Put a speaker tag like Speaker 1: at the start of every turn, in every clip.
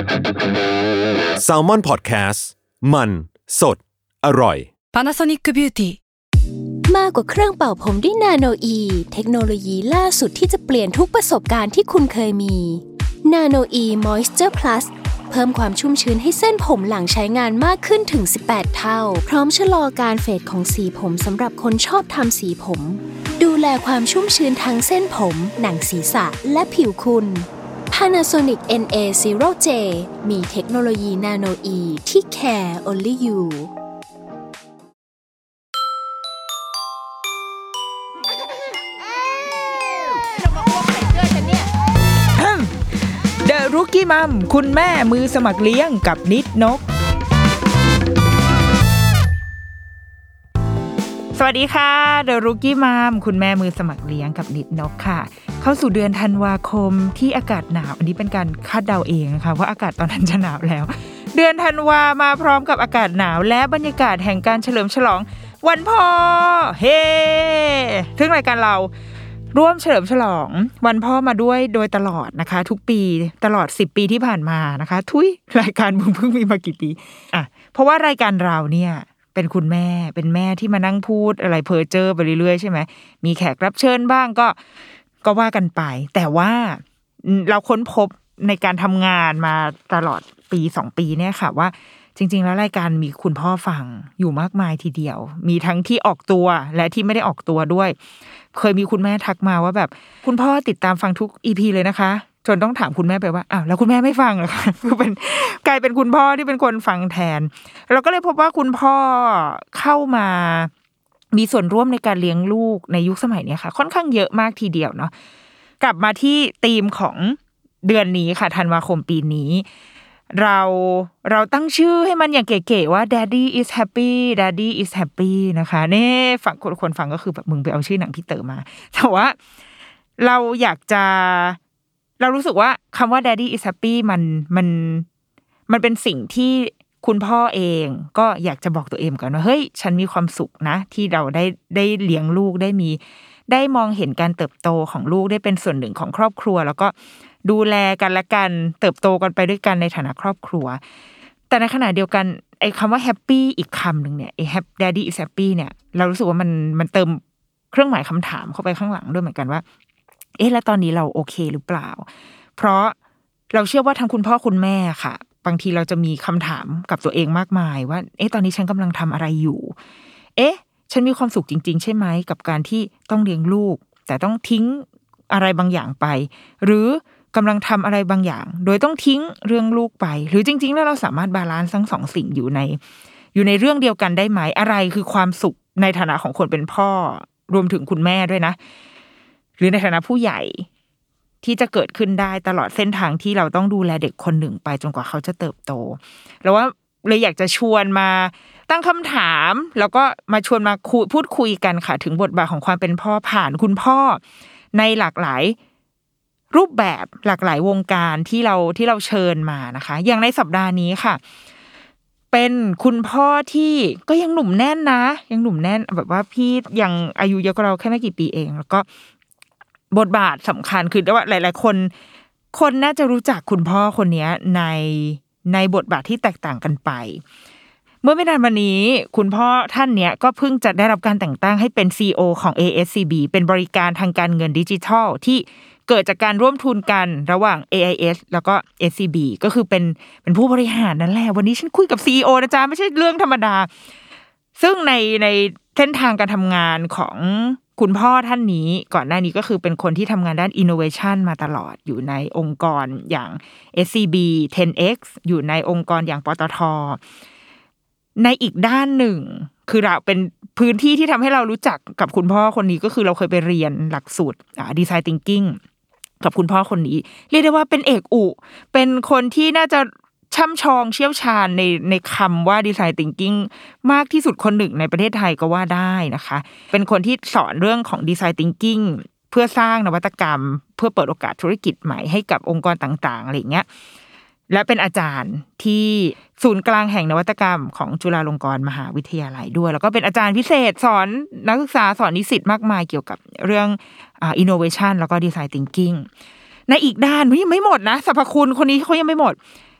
Speaker 1: Salmon Podcast มันสดอร่อย
Speaker 2: Panasonic Beauty
Speaker 3: มากกว่าเครื่องเป่าผมด้วยนาโนอีเทคโนโลยีล่าสุดที่จะเปลี่ยนทุกประสบการณ์ที่คุณเคยมีนาโนอีมอยส์เจอร์พลัสเพิ่มความชุ่มชื้นให้เส้นผมหลังใช้งานมากขึ้นถึง18เท่าพร้อมชะลอการเฟดของสีผมสำหรับคนชอบทำสีผมดูแลความชุ่มชื้นทั้งเส้นผมหนังศีรษะและผิวคุณ Panasonic NA0J มีเทคโนโลยีนาโนอีที่ care only you
Speaker 4: The Rookie Mom คุณแม่มือสมัครเลี้ยงกับนิดนกสวัสดีค่ะ The Rookie Mom คุณแม่มือสมัครเลี้ยงกับนิดนกค่ะเข้าสู่เดือนธันวาคมที่อากาศหนาวอันนี้เป็นการคาดเดาเองนะคะว่าอากาศตอนนั้นจะหนาวแล้วเดือนธันวามาพร้อมกับอากาศหนาวและบรรยากาศแห่งการเฉลิมฉลองวันพ่อเฮ้ซึ่งรายการเราร่วมเฉลิมฉลองวันพ่อมาด้วยโดยตลอดนะคะทุกปีตลอด10ปีที่ผ่านมานะคะทุยรายการเพิ่งมีมากี่ปีเพราะว่ารายการเราเนี่ยเป็นคุณแม่เป็นแม่ที่มานั่งพูดอะไรเพ้อเจ้อไปเรื่อยๆใช่ไหมมีแขกรับเชิญบ้างก็ว่ากันไปแต่ว่าเราค้นพบในการทำงานมาตลอดปี2ปีเนี่ยค่ะว่าจริงๆแล้วรายการมีคุณพ่อฟังอยู่มากมายทีเดียวมีทั้งที่ออกตัวและที่ไม่ได้ออกตัวด้วยเคยมีคุณแม่ทักมาว่าแบบคุณพ่อติดตามฟังทุก EP เลยนะคะจนต้องถามคุณแม่ไปว่าอ้าวแล้วคุณแม่ไม่ฟังเหรอคะคือเป็นกลายเป็นคุณพ่อที่เป็นคนฟังแทนเราก็เลยพบว่าคุณพ่อเข้ามามีส่วนร่วมในการเลี้ยงลูกในยุคสมัยนี้ค่ะค่อนข้างเยอะมากทีเดียวเนาะกลับมาที่ธีมของเดือนนี้ค่ะธันวาคมปีนี้เราตั้งชื่อให้มันอย่างเก๋ๆว่า Daddy is happy Daddy is happy นะคะนี่ฝั่งคนฟังก็คือแบบมึงไปเอาชื่อหนังพี่เต๋อมาแต่ว่าเราอยากจะเรารู้สึกว่าคำว่า Daddy is happy มันเป็นสิ่งที่คุณพ่อเองก็อยากจะบอกตัวเองกันว่าเฮ้ยฉันมีความสุขนะที่เราได้เลี้ยงลูกได้มองเห็นการเติบโตของลูกได้เป็นส่วนหนึ่งของครอบครัวแล้วก็ดูแลกันและกันเติบโตกันไปด้วยกันในฐานะครอบครัวแต่ในขณะเดียวกันไอ้คำว่าแฮปปี้อีกคำหนึ่งเนี่ยไอ้ Daddy is happy เนี่ยเรารู้สึกว่ามันเติมเครื่องหมายคำถามเข้าไปข้างหลังด้วยเหมือนกันว่าแล้วตอนนี้เราโอเคหรือเปล่าเพราะเราเชื่อว่าทั้งคุณพ่อคุณแม่ค่ะบางทีเราจะมีคำถามกับตัวเองมากมายว่าตอนนี้ฉันกำลังทำอะไรอยู่ฉันมีความสุขจริงๆใช่ไหมกับการที่ต้องเลี้ยงลูกแต่ต้องทิ้งอะไรบางอย่างไปหรือกำลังทำอะไรบางอย่างโดยต้องทิ้งเรื่องลูกไปหรือจริงๆแล้วเราสามารถบาลานซ์ทั้งสองสิ่งอยู่ในเรื่องเดียวกันได้ไหมอะไรคือความสุขในฐานะของคนเป็นพ่อรวมถึงคุณแม่ด้วยนะหรือในฐานะผู้ใหญ่ที่จะเกิดขึ้นได้ตลอดเส้นทางที่เราต้องดูแลเด็กคนหนึ่งไปจนกว่าเขาจะเติบโตแล้วว่าเลยอยากจะชวนมาตั้งคำถามแล้วก็มาชวนมาพูดคุยกันค่ะถึงบทบาทของความเป็นพ่อผ่านคุณพ่อในหลากหลายรูปแบบหลากหลายวงการที่เราเชิญมานะคะอย่างในสัปดาห์นี้ค่ะเป็นคุณพ่อที่ก็ยังหนุ่มแน่นนะยังหนุ่มแน่นแบบว่าพี่ยังอายุเยอะกว่าเราแค่ไม่กี่ปีเองแล้วก็บทบาทสำคัญคือว่าหลายๆคนน่าจะรู้จักคุณพ่อคนนี้ในบทบาทที่แตกต่างกันไปเมื่อไม่นานมานี้คุณพ่อท่านเนี้ยก็เพิ่งจะได้รับการแต่งตั้งให้เป็น CEO ของ ASCB เป็นบริการทางการเงินดิจิทัลที่เกิดจากการร่วมทุนกันระหว่าง AIS แล้วก็ SCB ก็คือเป็นผู้บริหารนั่นแหละวันนี้ฉันคุยกับ CEO นะจ๊ะไม่ใช่เรื่องธรรมดาซึ่งในเส้นทางการทำงานของคุณพ่อท่านนี้ก่อนหน้านี้ก็คือเป็นคนที่ทำงานด้าน innovation มาตลอดอยู่ในองค์กรอย่าง SCB 10X อยู่ในองค์กรอย่างปตท.ในอีกด้านหนึ่งคือเราเป็นพื้นที่ที่ทำให้เรารู้จักกับคุณพ่อคนนี้ก็คือเราเคยไปเรียนหลักสูตรDesign Thinking กับคุณพ่อคนนี้เรียกได้ว่าเป็นเอกอุเป็นคนที่น่าจะช่ำชองเชี่ยวชาญในคำว่า Design Thinking มากที่สุดคนหนึ่งในประเทศไทยก็ว่าได้นะคะเป็นคนที่สอนเรื่องของ Design Thinking เพื่อสร้างนวัตกรรมเพื่อเปิดโอกาสธุรกิจใหม่ให้กับองค์กรต่างๆอะไรอย่างเงี้ยและเป็นอาจารย์ที่ศูนย์กลางแห่งนวัตกรรมของจุฬาลงกรณ์มหาวิทยาลัยด้วยแล้วก็เป็นอาจารย์พิเศษสอนนักศึกษาสอนนิสิตมากมายเกี่ยวกับเรื่องinnovation แล้วก็ design thinking ในอีกด้านยังไม่หมดนะสรรพคุณคนนี้เขายังไม่หมด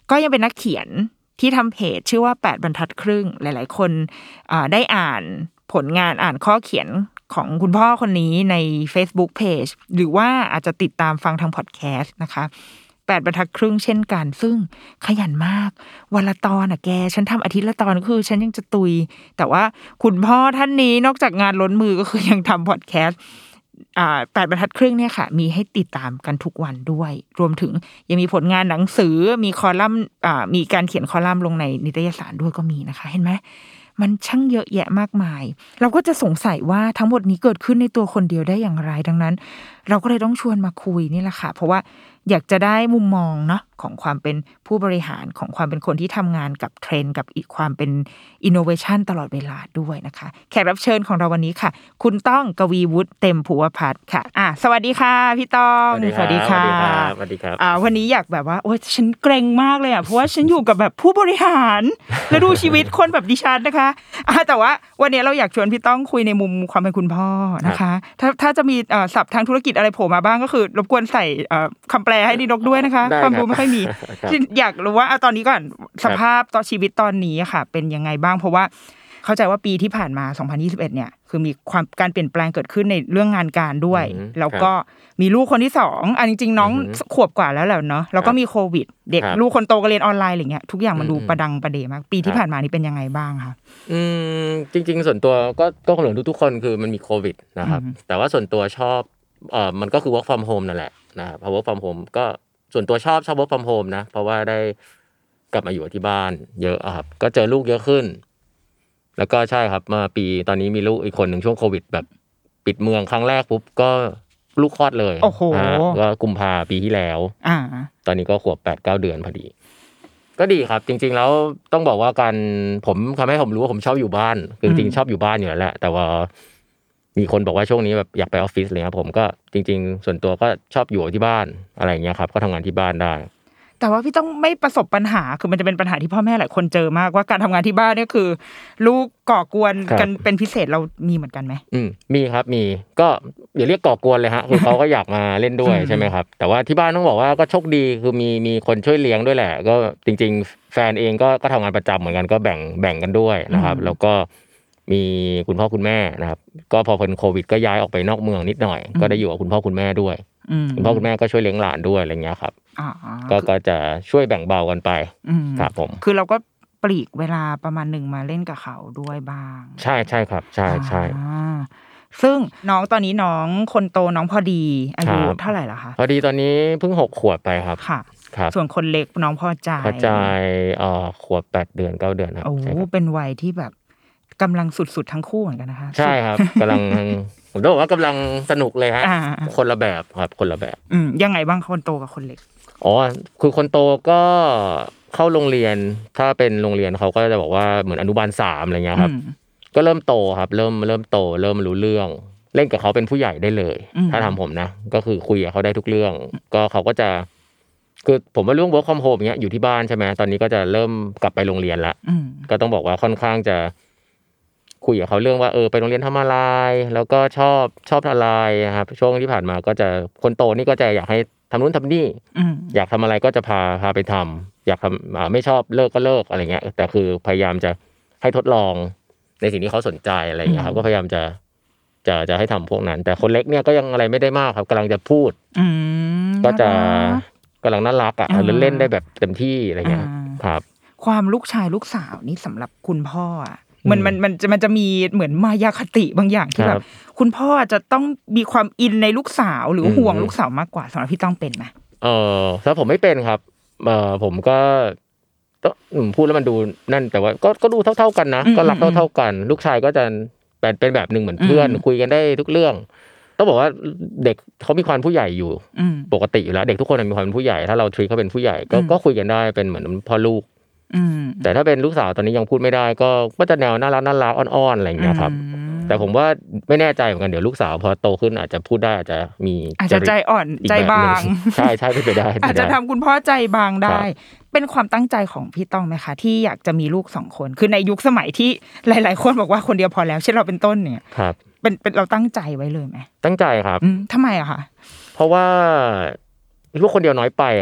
Speaker 4: ก็ยังเป็นนักเขียนที่ทำเพจชื่อว่า8บรรทัดครึ่งหลายๆคนได้อ่านผลงานอ่านข้อเขียนของคุณพ่อคนนี้ใน Facebook Page หรือว่าอาจจะติดตามฟังทางพอดแคสต์นะคะ8บรรทัดครึ่งเช่นกันซึ่งขยันมากวันละตอนแกฉันทำอาทิตย์ละตอนคือฉันยังจะตุยแต่ว่าคุณพ่อท่านนี้นอกจากงานล้นมือก็คือยังทำพอดแคสต์8บรรทัดครึ่งเนี่ยค่ะมีให้ติดตามกันทุกวันด้วยรวมถึงยังมีผลงานหนังสือมีคอลัมน์มีการเขียนคอลัมน์ลงในนิตยสารด้วยก็มีนะคะเห็นไหมมันช่างเยอะแยะมากมายเราก็จะสงสัยว่าทั้งหมดนี้เกิดขึ้นในตัวคนเดียวได้อย่างไรดังนั้นเราก็เลยต้องชวนมาคุยนี่แหละค่ะเพราะว่าอยากจะได้มุมมองเนาะของความเป็นผู้บริหารของความเป็นคนที่ทำงานกับเทรนด์กับอีกความเป็นอินโนเวชันตลอดเวลาด้วยนะคะแขกรับเชิญของเราวันนี้ค่ะคุณต้องกวีวุฒิเต็มภูวพัฒน์ค่ะสวัสดีค่ะพี่ต้อง
Speaker 2: สวัสดีครับสวัสดีครับ
Speaker 4: วันนี้อยากแบบว่าโอ๊ยฉันเกรงมากเลยเพราะว่าฉันอยู่กับแบบผู้บริหารแล้วดูชีวิตคนแบบดิฉันนะคะแต่ว่าวันนี้เราอยากชวนพี่ต้องคุยในมุมความเป็นคุณพ่อนะคะถ้าจะมีศัพท์ทางธุรกิจอะไรโผล่มาบ้างก็คือรบกวนใส่คำแปลให้ดินกด้วยนะคะความรู้ไม่ค่อยมีอยากรู้ว่าตอนนี้ก่อนสภาพตอนชีวิตตอนนี้ค่ะเป็นยังไงบ้างเพราะว่าเข้าใจว่าปีที่ผ่านมา2021เนี่ยคือมีความการเปลี่ยนแปลงเกิดขึ้นในเรื่องงานการด้วยแล้วก็มีลูกคนที่2จริงๆน้องขวบกว่าแล้วแหละเนาะแล้วก็มีโควิดเด็กลูกคนโตก็เรียนออนไลน์อะไรเงี้ยทุกอย่างมันดูประดังประเดมากปีที่ผ่านมานี่เป็นยังไงบ้างคะ
Speaker 2: จริงๆส่วนตัวก็เหมือนทุกๆคนคือมันมีโควิดนะครับแต่ว่าส่วนตัวชอบมันก็คือ work from home นั่นแหละนะครับพอ work from home ก็ส่วนตัวชอบ work from home นะเพราะว่าได้กลับมาอยู่ที่บ้านเยอะครับก็เจอลูกเยอะขึ้นแล้วก็ใช่ครับมาปีตอนนี้มีลูกอีกคนหนึ่งช่วงโควิดแบบปิดเมืองครั้งแรกปุ๊บก็ลูกคลอดเลยก็กุมภาปีที่แล้วตอนนี้ก็ขวบ 8-9 เดือนพอดีก็ดีครับจริงๆแล้วต้องบอกว่าการผมทำให้ผมรู้ว่าผมชอบอยู่บ้านคือจริงๆชอบอยู่บ้านอยู่แล้วแหละแต่ว่ามีคนบอกว่าช่วงนี้แบบอยากไปออฟฟิศอะไรเงี้ยผมก็จริงๆส่วนตัวก็ชอบอยู่ที่บ้านอะไรอย่างเงี้ยครับก็ทำงานที่บ้านได้
Speaker 4: แต่ว่าพี่ต้องไม่ประสบปัญหาคือมันจะเป็นปัญหาที่พ่อแม่หลายคนเจอมากว่าการทำงานที่บ้านเนี่ยคือลูกก่อกวนกันเป็นพิเศษเรามีเหมือนกันไหม
Speaker 2: มีครับมีก็อย่าเรียกก่อกวนเลยฮะคือเขาก็อยากมาเล่นด้วยใช่ไหมครับแต่ว่าที่บ้านต้องบอกว่าก็โชคดีคือมีคนช่วยเลี้ยงด้วยแหละก็จริงๆแฟนเองก็ทำงานประจำเหมือนกันก็แบ่งกันด้วยนะครับแล้วก็มีคุณพ่อคุณแม่นะครับก็พอพ้นโควิดก็ย้ายออกไปนอกเมืองนิดหน่อยก็ได้อยู่กับคุณพ่อคุณแม่ด้วยคุณพ่อคุณแม่ก็ช่วยเลี้ยงหลานด้วยอะไรเงี้ยครับก็จะช่วยแบ่งเบากันไปครับผม
Speaker 4: คือเราก็ปลีกเวลาประมาณนึงมาเล่นกับเขาด้วยบ้าง
Speaker 2: ใช่ครับใช่
Speaker 4: ซึ่งน้องตอนนี้น้องคนโตน้องพอดีอายุเท่าไหร่แล้วคะ
Speaker 2: พอดีตอนนี้เพิ่ง6 ขวบไปครับ
Speaker 4: ค่ะส่วนคนเล็กน้องพอใจ
Speaker 2: ขวบ8 เดือน 9 เดือนครับ
Speaker 4: โอ้เป็นวัยที่แบบกำลังสุดๆทั้งคู่เหมือนกันนะคะ
Speaker 2: ใช่ครับกำลังผมต้องบอกว่ากำลังสนุกเลยฮะคนละแบบครับคนละแบบ
Speaker 4: ยังไงบ้างคนโตกับคนเล็ก
Speaker 2: คือคนโตก็เข้าโรงเรียนถ้าเป็นโรงเรียนเขาก็จะบอกว่าเหมือนอนุบาล3อะไรเงี้ยครับก็เริ่มโตครับเริ่มโตเริ่มรู้เรื่องเล่นกับเขาเป็นผู้ใหญ่ได้เลยถ้าทำผมนะก็คือคุยกับเขาได้ทุกเรื่องก็เขาก็จะคือผมว่าเรื่อง work from home เงี้ยอยู่ที่บ้านใช่ไหมตอนนี้ก็จะเริ่มกลับไปโรงเรียนละก็ต้องบอกว่าค่อนข้างจะคุยกับเขาเรื่องว่าไปโรงเรียนทำอะไรแล้วก็ชอบอะไรครับช่วงที่ผ่านมาก็จะคนโตนี่ก็จะอยากให้ทำนู่นทำนี่อยากทำอะไรก็จะพาไปทำอยากทำไม่ชอบเลิกก็เลิกอะไรเงี้ยแต่คือพยายามจะให้ทดลองในสิ่งที่เขาสนใจอะไรเงี้ยครับก็พยายามจะให้ทำพวกนั้นแต่คนเล็กเนี่ยก็ยังอะไรไม่ได้มากครับกำลังจะพูดก็จะกำลังน่ารักเล่นได้แบบเต็มที่อะไรเงี้ยครับ
Speaker 4: ความลูกชายลูกสาวนี่สำหรับคุณพ่อมันจะมีเหมือนมายาคติบางอย่างที่แบบคุณพ่อจะต้องมีความอินในลูกสาวหรือห่วงลูกสาวมากกว่าสำหรับพี่ต้องเป็นไหม
Speaker 2: ถ้าผมไม่เป็นครับผมก็พูดแล้วมันดูนั่นแต่ว่าก็ดูเท่ากันนะก็รักเท่ากันลูกชายก็จะเป็นแบบนึงเหมือนเพื่อนคุยกันได้ทุกเรื่องต้องบอกว่าเด็กเขามีความผู้ใหญ่อยู่ปกติอยู่แล้วเด็กทุกคนมีความเป็นผู้ใหญ่ถ้าเราทรีตเขาเป็นผู้ใหญ่ก็คุยกันได้เป็นเหมือนพ่อลูกแต่ถ้าเป็นลูกสาวตอนนี้ยังพูดไม่ได้ก็จะแนวน่ารักอ้อนๆอะไรอย่างเงี้ยครับแต่ผมว่าไม่แน่ใจเหมือนกันเดี๋ยวลูกสาวพอโตขึ้นอาจจะพูดได้อาจจะ
Speaker 4: ใจอ่อนใจบาง
Speaker 2: ใช่เป็นไปได้
Speaker 4: อาจจะทำคุณพ่อใจบางได้เป็นความตั้งใจของพี่ต้องไหมคะที่อยากจะมีลูก2 คนคือในยุคสมัยที่หลายๆคนบอกว่าคนเดียวพอแล้วเช่นเราเป็นต้นเนี่ยเป็นเราตั้งใจไว้เลยไหม
Speaker 2: ตั้งใจครับ
Speaker 4: ทำไมอะคะ
Speaker 2: เพราะว่าลูกคนเดียวน้อยไปครับ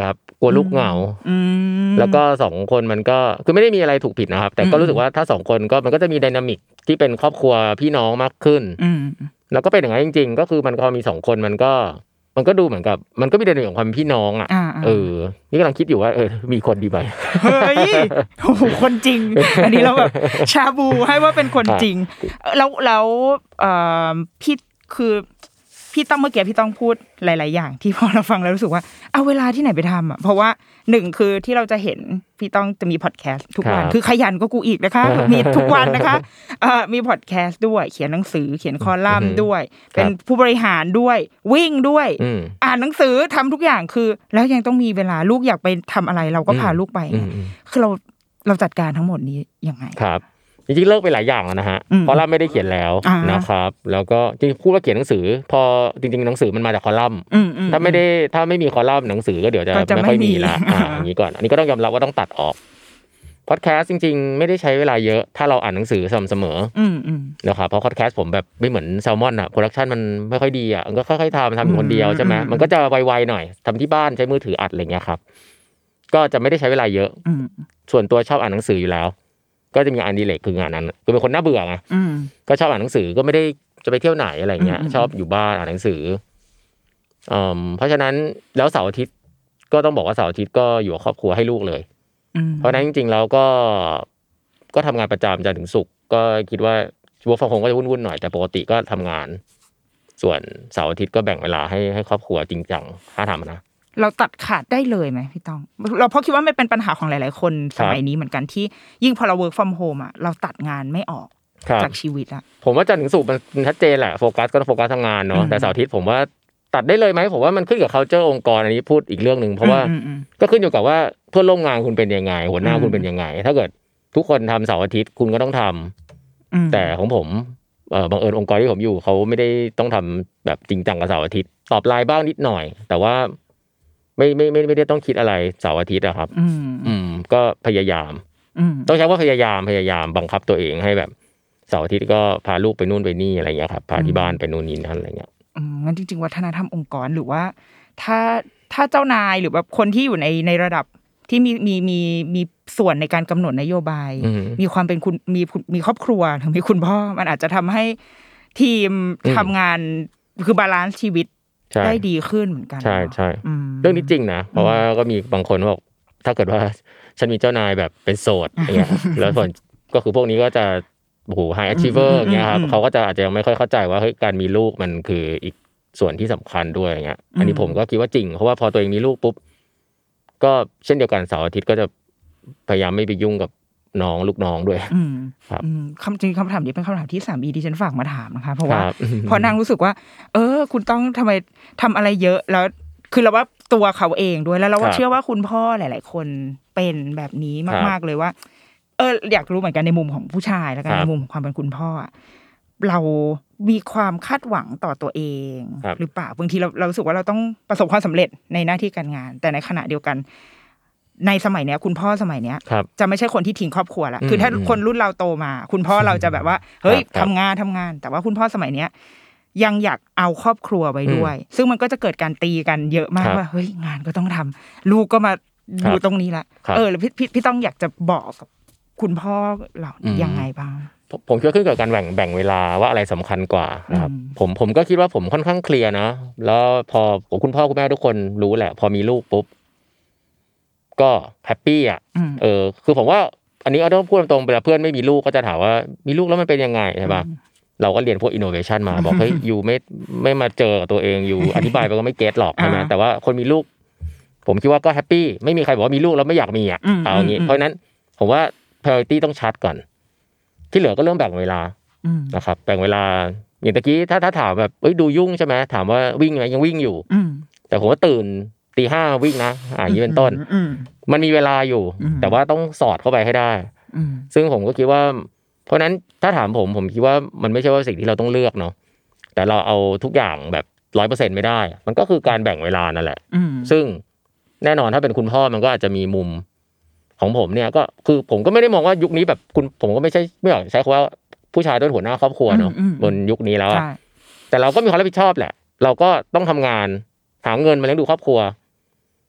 Speaker 2: กลัวลูกเหงาแล้วก็2คนมันก็คือไม่ได้มีอะไรถูกผิดนะครับแต่ก็รู้สึกว่าถ้า2คนก็มันก็จะมีไดนามิกที่เป็นครอบครัวพี่น้องมากขึ้นแล้วก็เป็นอย่างนั้นจริงๆก็คือมันพอมี2คนมันก็ดูเหมือนกับมันก็มีไดนามิกของความเป็นพี่น้องอ่ะนี่กำลังคิดอยู่ว่ามีคนดีไหม
Speaker 4: เฮ้ยโอ้โหคนจริงอันนี้เราแบบชาบูให้ว่าเป็นคนจริงแล้วพี่คือพี่ต้องเมื่อกี้พี่ต้องพูดหลายๆอย่างที่พอเราฟังแล้วรู้สึกว่าเอาเวลาที่ไหนไปทำอ่ะเพราะว่า1คือที่เราจะเห็นพี่ต้องจะมีพอดแคสต์ทุกวันคือขยันก็กูอีกนะคะมีทุกวันนะคะมีพอดแคสต์ด้วยเขียนหนังสือเขียนคอลัมน์ด้วยเป็นผู้บริหารด้วยวิ่งด้วยอ่านหนังสือทำทุกอย่างคือแล้วยังต้องมีเวลาลูกอยากไปทำอะไรเราก็พาลูกไปคือเราจัดการทั้งหมดนี้ยังไง
Speaker 2: ครับจริงๆเลิกไปหลายอย่างแล้วนะฮะคอลัมน์ไม่ได้เขียนแล้วนะครับแล้วก็จริงพูดว่าเขียนหนังสือพอจริงๆหนังสือมันมาจากคอลัมน์ถ้าไม่มีคอลัมน์หนังสือก็เดี๋ยวจะไม่ค่อยมีละอย่างนี้ก่อนอันนี้ก็ต้องยอมรับว่าต้องตัดออกพอดแคสต์จริงๆไม่ได้ใช้เวลาเยอะถ้าเราอ่านหนังสือสม่ำเสมอนะครับเพราะพอดแคสต์ผมแบบไม่เหมือนแซลมอนอ่ะโปรดักชันมันไม่ค่อยดีอ่ะมันก็ค่อยๆทำอยู่คนเดียวใช่ไหมมันก็จะไวๆหน่อยทำที่บ้านใช้มือถืออัดอะไรเงี้ยครับก็จะไม่ได้ใช้เวลาเยอะส่วนตัวชอบอ่านหนังสืออยู่แล้วก็จะมีงานอดิเรกคืองานนั้นคือเป็นคนน่าเบื่อไงก็ชอบอ่านหนังสือก็ไม่ได้จะไปเที่ยวไหนอะไรเงี้ยชอบอยู่บ้านอ่านหนังสือเพราะฉะนั้นแล้วเสาร์อาทิตย์ก็ต้องบอกว่าเสาร์อาทิตย์ก็อยู่กับครอบครัวให้ลูกเลยเพราะนั้นจริงๆแล้วก็ทำงานประจำจันทร์ถึงศุกร์ก็คิดว่าwork from homeก็จะวุ่นๆหน่อยแต่ปกติก็ทำงานส่วนเสาร์อาทิตย์ก็แบ่งเวลาให้ครอบครัวจริงจังถ้าทำนะ
Speaker 4: เราตัดขาดได้เลยไหมพี่ต้องเราเพราะคิดว่ามันเป็นปัญหาของหลายๆคนสมัยนี้เหมือนกันที่ยิ่งพอเรา work from home อ่ะเราตัดงานไม่ออกจากชีวิตอ่ะ
Speaker 2: ผมว่าจันทร์ถึงศุกร์มันชัดเจนแหละโฟกัสก็ต้องโฟกัสทำงานเนาะแต่เสาร์อาทิตย์ผมว่าตัดได้เลยไหมผมว่ามันขึ้นกับ culture องค์กรอันนี้พูดอีกเรื่องนึงเพราะว่าก็ขึ้นอยู่กับว่าเพื่อนร่วมงานคุณเป็นยังไงหัวหน้าคุณเป็นยังไงถ้าเกิดทุกคนทำเสาร์อาทิตย์คุณก็ต้องทำแต่ของผมบังเอิญองค์กรที่ผมอยู่เขาไม่ได้ต้องทำแบบจริงจังกับเสาร์อาทิตย์ตอบไลน์บ้างนิดหน่อยแต่ว่าไม่ได้ต้องคิดอะไรเสาร์อาทิตย์อะครับก็พยายามต้องใช้ว่าพยายามบังคับตัวเองให้แบบเสาร์อาทิตย์ก็พาลูกไปนู่นไปนี่อะไรเงี้ยครับพาที่บ้านไปนู่นนี่นั่นอะไรเงี้ย
Speaker 4: งั้นจริงๆวัฒนธรรมองค์กรหรือว่าถ้าเจ้านายหรือแบบคนที่อยู่ในระดับที่มีส่วนในการกำหนดนโยบายมีความเป็นคุณมีครอบครัวถึงมีคุณพ่อมันอาจจะทำให้ทีมทำงานคือบาลานซ์ชีวิตได้ดีขึ้นเหมือนกัน
Speaker 2: ใช่เรื่องนี้จริงนะเพราะว่าก็มีบางคนบอกถ้าเกิดว่าฉันมีเจ้านายแบบเป็นโสดอย่างเงี้ยแล้วส่วนก็คือพวกนี้ก็จะโอ้โหไฮอะชีเวอร์อย่างเงี้ยครับเขาก็จะอาจจะยังไม่ค่อยเข้าใจว่าเฮ้ยการมีลูกมันคืออีกส่วนที่สำคัญด้วยอย่างเงี้ยอันนี้ผมก็คิดว่าจริงเพราะว่าพอตัวเองมีลูกปุ๊บก็เช่นเดียวกันเสาร์อาทิตย์ก็จะพยายามไม่ไปยุ่งกับน้องลูกน้องด้วยครับ
Speaker 4: จริงคำถามนี้เป็นคำถามที่3 ที่ฉันฝากมาถามนะคะเพราะว่าพอนางรู้สึกว่าคุณต้องทำอะไรเยอะแล้วคือเราว่าตัวเขาเองด้วยแล้วเราเชื่อว่าคุณพ่อหลายๆคนเป็นแบบนี้มากๆเลยว่าอยากรู้เหมือนกันในมุมของผู้ชายแล้วกันในมุมของความเป็นคุณพ่อเรามีความคาดหวังต่อตัวเองหรือเปล่าบางทีเรารู้สึกว่าเราต้องประสบความสำเร็จในหน้าที่การงานแต่ในขณะเดียวกันในสมัยเนี้ยคุณพ่อสมัยเนี้ยจะไม่ใช่คนที่ทิ้งครอบครัวละคือถ้าคนรุ่นเราโตมาคุณพ่อเราจะแบบว่าเฮ้ยทำงานแต่ว่าคุณพ่อสมัยเนี้ยยังอยากเอาครอบครัวไว้ด้วยซึ่งมันก็จะเกิดการตีกันเยอะมากว่าเฮ้ยงานก็ต้องทำลูกก็มาอยู่ตรงนี้ละแล้วพี่ต้องอยากจะบอกกับคุณพ่อเรายังไงบ้าง
Speaker 2: ผมคิดว่าขึ้นกับการแบ่งเวลาว่าอะไรสำคัญกว่านะครับผมก็คิดว่าผมค่อนข้างเคลียร์นะแล้วพอคุณพ่อคุณแม่ทุกคนรู้แหละพอมีลูกปุ๊บก็แฮปปี้อ่ะคือผมว่าอันนี้ต้องพูดตรงๆเวลาเพื่อนไม่มีลูกก็จะถามว่ามีลูกแล้วมันเป็นยังไงใช่ป่ะเราก็เรียนพวกอินโนเวชันมาบอกเฮ้ยอยู่ไม่มาเจอตัวเองอยู่อธิบายไปก็ไม่เก็ตหรอกใช่ไหมแต่ว่าคนมีลูกผมคิดว่าก็แฮปปี้ไม่มีใครบอกว่ามีลูกแล้วไม่อยากมีอ่ะเอาอย่างนี้เพราะนั้นผมว่า priority ต้องชัดก่อนที่เหลือก็เริ่มแบ่งเวลานะครับแบ่งเวลาอย่างตะกี้ถ้าถามแบบดูยุ่งใช่ไหมถามว่าวิ่งไหมยังวิ่งอยู่แต่ผมว่าตื่น 5:00 วิ่งนะอย่างนี้เป็นต้นมันมีเวลาอยู่แต่ว่าต้องสอดเข้าไปให้ได้ซึ่งผมก็คิดว่าเพราะนั้นถ้าถามผมคิดว่ามันไม่ใช่ว่าสิ่งที่เราต้องเลือกเนาะแต่เราเอาทุกอย่างแบบ 100% ไม่ได้มันก็คือการแบ่งเวลานั่นแหละซึ่งแน่นอนถ้าเป็นคุณพ่อมันก็อาจจะมีมุมของผมเนี่ยก็คือผมก็ไม่ได้มองว่ายุคนี้แบบผมก็ไม่อยากใช้คำว่าผู้ชายเป็นหัวหน้าครอบครัวเนาะบนยุคนี้แล้วแต่เราก็มีความรับผิดชอบแหละเราก็ต้องทำงานหาเงินมาเลี้ยงดูครอบครัว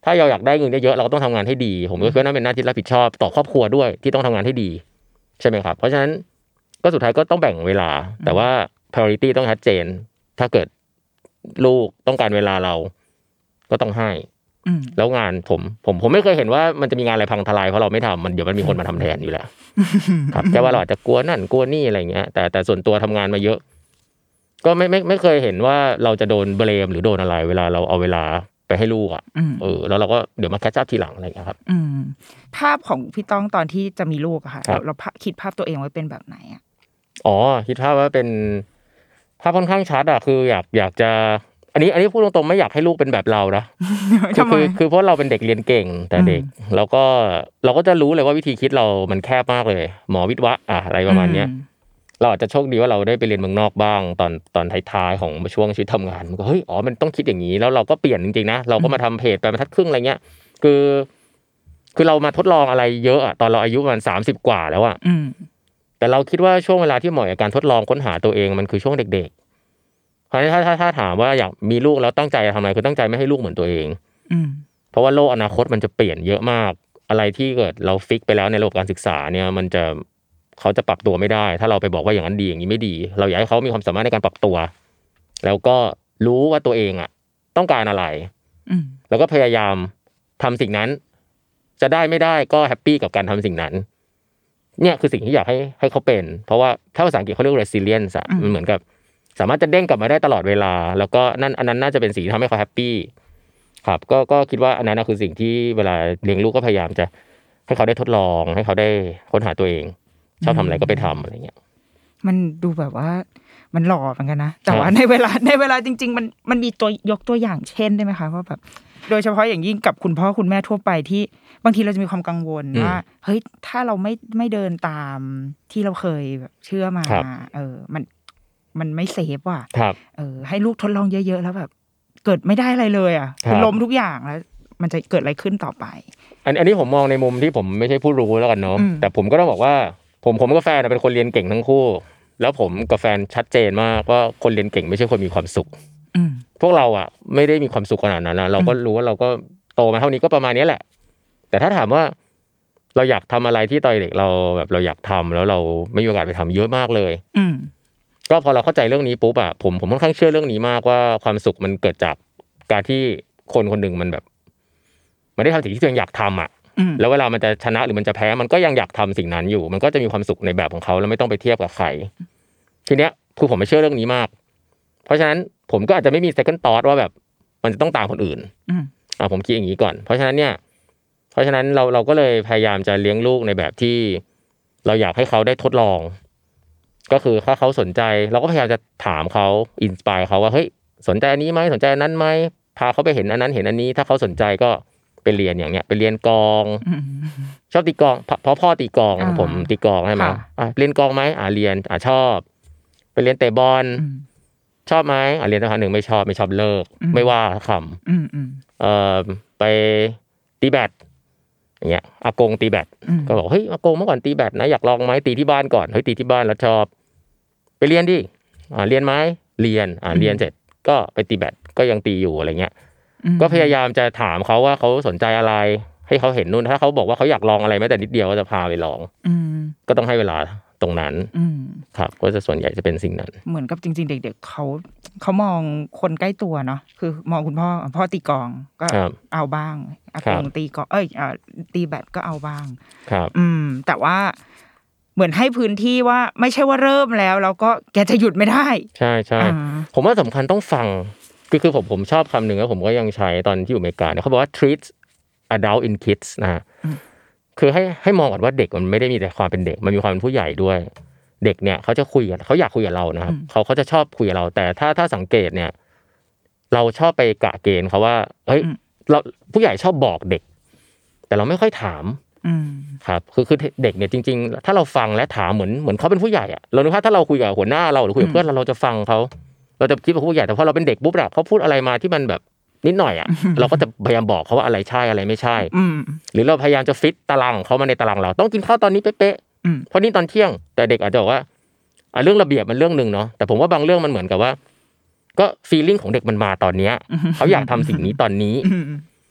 Speaker 2: ถ้าเราอยากได้เงินเยอะๆเราก็ต้องทำงานให้ดีผมก็คิดว่านั่นเป็นหน้าที่รับผิดชอบต่อครอบครัวด้วยที่ต้องทำงานให้ดีใช่ไหมครับเพราะฉะนั้นก็สุดท้ายก็ต้องแบ่งเวลาแต่ว่า priority ต้องชัดเจนถ้าเกิดลูกต้องการเวลาเราก็ต้องให้แล้วงานผมไม่เคยเห็นว่ามันจะมีงานอะไรพังทลายเพราะเราไม่ทำมันเดี๋ยวมันมีคนมาทำแทนอยู่แล้วครับแค่ว่าเราอาจจะกลัวนั่นกลัวนี่อะไรเงี้ยแต่ส่วนตัวทำงานมาเยอะก็ไม่เคยเห็นว่าเราจะโดนเบลมหรือโดนอะไรเวลาเราเอาเวลาไปให้ลูกอ่ะแล้วเราก็เดี๋ยวมาแคชชั่นทีหลังอะไรอย่างเงี้ยครับ
Speaker 4: ภาพของพี่ต้องตอนที่จะมีลูกอะค่ะเราคิดภาพตัวเองไว้เป็นแบบไหนอะ
Speaker 2: คิดภาพว่าเป็นภาพค่อนข้างชัดอะคืออยากจะอันนี้พูดตรงๆไม่อยากให้ลูกเป็นแบบเรานะคือเพราะเราเป็นเด็กเรียนเก่งแต่เด็กแล้วก็เราก็จะรู้เลยว่าวิธีคิดเรามันแคบมากเลยหมอวิทย์วะอะไรประมาณเนี้ยเราอาจจะโชคดีว่าเราได้ไปเรียนเมืองนอกบ้างตอนท้ายๆของช่วงชีวิตทำงานมันก็เฮ้ยมันต้องคิดอย่างนี้แล้วเราก็เปลี่ยนจริงๆนะเราก็มาทำเพจไปบรรทัดครึ่งอะไรเงี้ยคือเรามาทดลองอะไรเยอะอะตอนเราอายุประมาณ30 กว่าแล้วอะแต่เราคิดว่าช่วงเวลาที่เหมาะกับการทดลองค้นหาตัวเองมันคือช่วงเด็กๆเพราะถ้าถามว่าอยากมีลูกแล้วตั้งใจทำอะไรคือตั้งใจไม่ให้ลูกเหมือนตัวเองเพราะว่าโลกอนาคตมันจะเปลี่ยนเยอะมากอะไรที่เกิดเราฟิกไปแล้วในระบบการศึกษาเนี่ยเขาจะปรับตัวไม่ได้ถ้าเราไปบอกว่าอย่างนั้นดีอย่างนี้ไม่ดีเราอยากให้เขามีความสามารถในการปรับตัวแล้วก็รู้ว่าตัวเองอ่ะต้องการอะไรแล้วก็พยายามทำสิ่งนั้นจะได้ไม่ได้ก็แฮปปี้กับการทำสิ่งนั้นเนี่ยคือสิ่งที่อยากให้เขาเป็นเพราะว่าถ้าภาษาอังกฤษเขาเรียก resilience มันเหมือนกับสามารถจะเด้งกลับมาได้ตลอดเวลาแล้วก็อันนั้นน่าจะเป็นสิ่งที่ทำให้เขาแฮปปี้ครับก็คิดว่าอันนั้นคือสิ่งที่เวลาเลี้ยงลูกก็พยายามจะให้เขาได้ทดลองให้เขาได้ค้นหาตัวเองชอบทำอะไรก็ไปทำอะไรเงี้ย
Speaker 4: มันดูแบบว่ามันหล่อเหมือนกันนะแต่ว่าในเวลาจริงๆมันมีตัวยกตัวอย่างเช่นได้ไหมคะว่าแบบโดยเฉพาะอย่างยิ่งกับคุณพ่อคุณแม่ทั่วไปที่บางทีเราจะมีความกังวลว่าเฮ้ยถ้าเราไม่เดินตามที่เราเคยแบบเชื่อมามันไม่เซฟว่ะให้ลูกทดลองเยอะๆแล้วแบบเกิดไม่ได้อะไรเลยอ่ะคือล้มทุกอย่างแล้วมันจะเกิดอะไรขึ้นต่อไป
Speaker 2: อันนี้ผมมองในมุมที่ผมไม่ใช่ผู้รู้แล้วกันเนาะแต่ผมก็ต้องบอกว่าผมกับแฟนเป็นคนเรียนเก่งทั้งคู่แล้วผมกับแฟนชัดเจนมากว่าคนเรียนเก่งไม่ใช่คนมีความสุขพวกเราอ่ะไม่ได้มีความสุขขนาดนั้นนะเราก็รู้ว่าเราก็โตมาเท่านี้ก็ประมาณนี้แหละแต่ถ้าถามว่าเราอยากทำอะไรที่ตอนเด็กเราอยากทำแล้วเราไม่มีโอกาสไปทำเยอะมากเลยก็พอเราเข้าใจเรื่องนี้ปุ๊บอ่ะผมค่อนข้างเชื่อเรื่องนี้มากว่าความสุขมันเกิดจากการที่คนหนึ่งมันแบบมันได้ทำสิ่งที่ตัวเองอยากทำอ่ะแล้วเวลามันจะชนะหรือมันจะแพ้มันก็ยังอยากทำสิ่งนั้นอยู่มันก็จะมีความสุขในแบบของเขาแล้วไม่ต้องไปเทียบกับใครทีเนี้ยคือผมไม่เชื่อเรื่องนี้มากเพราะฉะนั้นผมก็อาจจะไม่มี second thought ว่าแบบมันจะต้องตามคนอื่นผมคิดอย่างนี้ก่อนเพราะฉะนั้นเราก็เลยพยายามจะเลี้ยงลูกในแบบที่เราอยากให้เขาได้ทดลองก็คือถ้าเขาสนใจเราก็พยายามจะถามเขาอินสไปร์เขาว่าเฮ้ยสนใจอันนี้ไหมสนใจอันนั้นไหมพาเขาไปเห็นอันนั้นเห็นอันนี้ถ้าเขาสนใจก็ไปเรียนอย่างเนี้ยไปเรียนกลองชอบตีกลองเพราะพ่อตีกลองผมตีกลองใช่ไหมเรียนกลองไหมเรียนชอบไปเรียนเตะบอลชอบไหมเรียนสักครั้งหนึ่งไม่ชอบเลิกไม่ว่าคำไปตีแบดอย่างเงี้ยอากงตีแบดก็บอกเฮ้ยอากงเมื่อก่อนตีแบดนะอยากลองไหมตีที่บ้านก่อนเฮ้ยตีที่บ้านแล้วชอบไปเรียนดิเรียนไหมเรียนเรียนเสร็จก็ไปตีแบดก็ยังตีอยู่อะไรเงี้ยก็พยายามจะถามเขาว่าเขาสนใจอะไรให้เขาเห็นนู่นถ้าเขาบอกว่าเขาอยากลองอะไรแม้แต่นิดเดียวก็จะพาไปลองก็ต้องให้เวลาตรงนั้นครับก็จะส่วนใหญ่จะเป็นสิ่งนั้น
Speaker 4: เหมือนกับจริงๆเด็กๆเขามองคนใกล้ตัวเนาะคือมองคุณพ่อตีกลองก็เอาบ้างอากงตีกลองตีแบดก็เอาบ้าง
Speaker 2: ครับ
Speaker 4: แต่ว่าเหมือนให้พื้นที่ว่าไม่ใช่ว่าเริ่มแล้วก็แกจะหยุดไม่ได้
Speaker 2: ใช่ๆผมว่าสำคัญต้องฟังคือผมชอบคำหนึ่งแล้วผมก็ยังใช้ตอนที่อยู่อเมริกาเนี่ยเขาบอกว่า treat adult in kids นะคือให้มองก่อนว่าเด็กมันไม่ได้มีแต่ความเป็นเด็กมันมีความเป็นผู้ใหญ่ด้วยเด็กเนี่ยเขาจะคุยกันเขาอยากคุยกับเรานะครับเขาจะชอบคุยกับเราแต่ถ้าสังเกตเนี่ยเราชอบไปกะเกณฑ์เขาว่าเฮ้ยเราผู้ใหญ่ชอบบอกเด็กแต่เราไม่ค่อยถามครับคือเด็กเนี่ยจริงๆถ้าเราฟังและถามเหมือนเขาเป็นผู้ใหญ่อะเราคิดว่าถ้าเราคุยกับหัวหน้าเราหรือคุยกับเพื่อนเราจะฟังเขาเราจะคิดว่าผู้ใหญ่แต่พอเราเป็นเด็กปุ๊บอะเขาพูดอะไรมาที่มันแบบนิดหน่อยอ่ะเราก็จะพยายามบอกเขาว่าอะไรใช่อะไรไม่ใช่หรือเราพยายามจะฟิตตารางเขามาในตารางเราต้องกินข้าวตอนนี้เป๊ะๆเพราะนี่ตอนเที่ยงแต่เด็กอาจจะบอกว่าเรื่องระเบียบมันเรื่องนึงเนาะแต่ผมว่าบางเรื่องมันเหมือนกับว่าก็ฟีลลิ่งของเด็กมันมาตอนเนี้ยเขาอยากทำสิ่งนี้ตอนนี้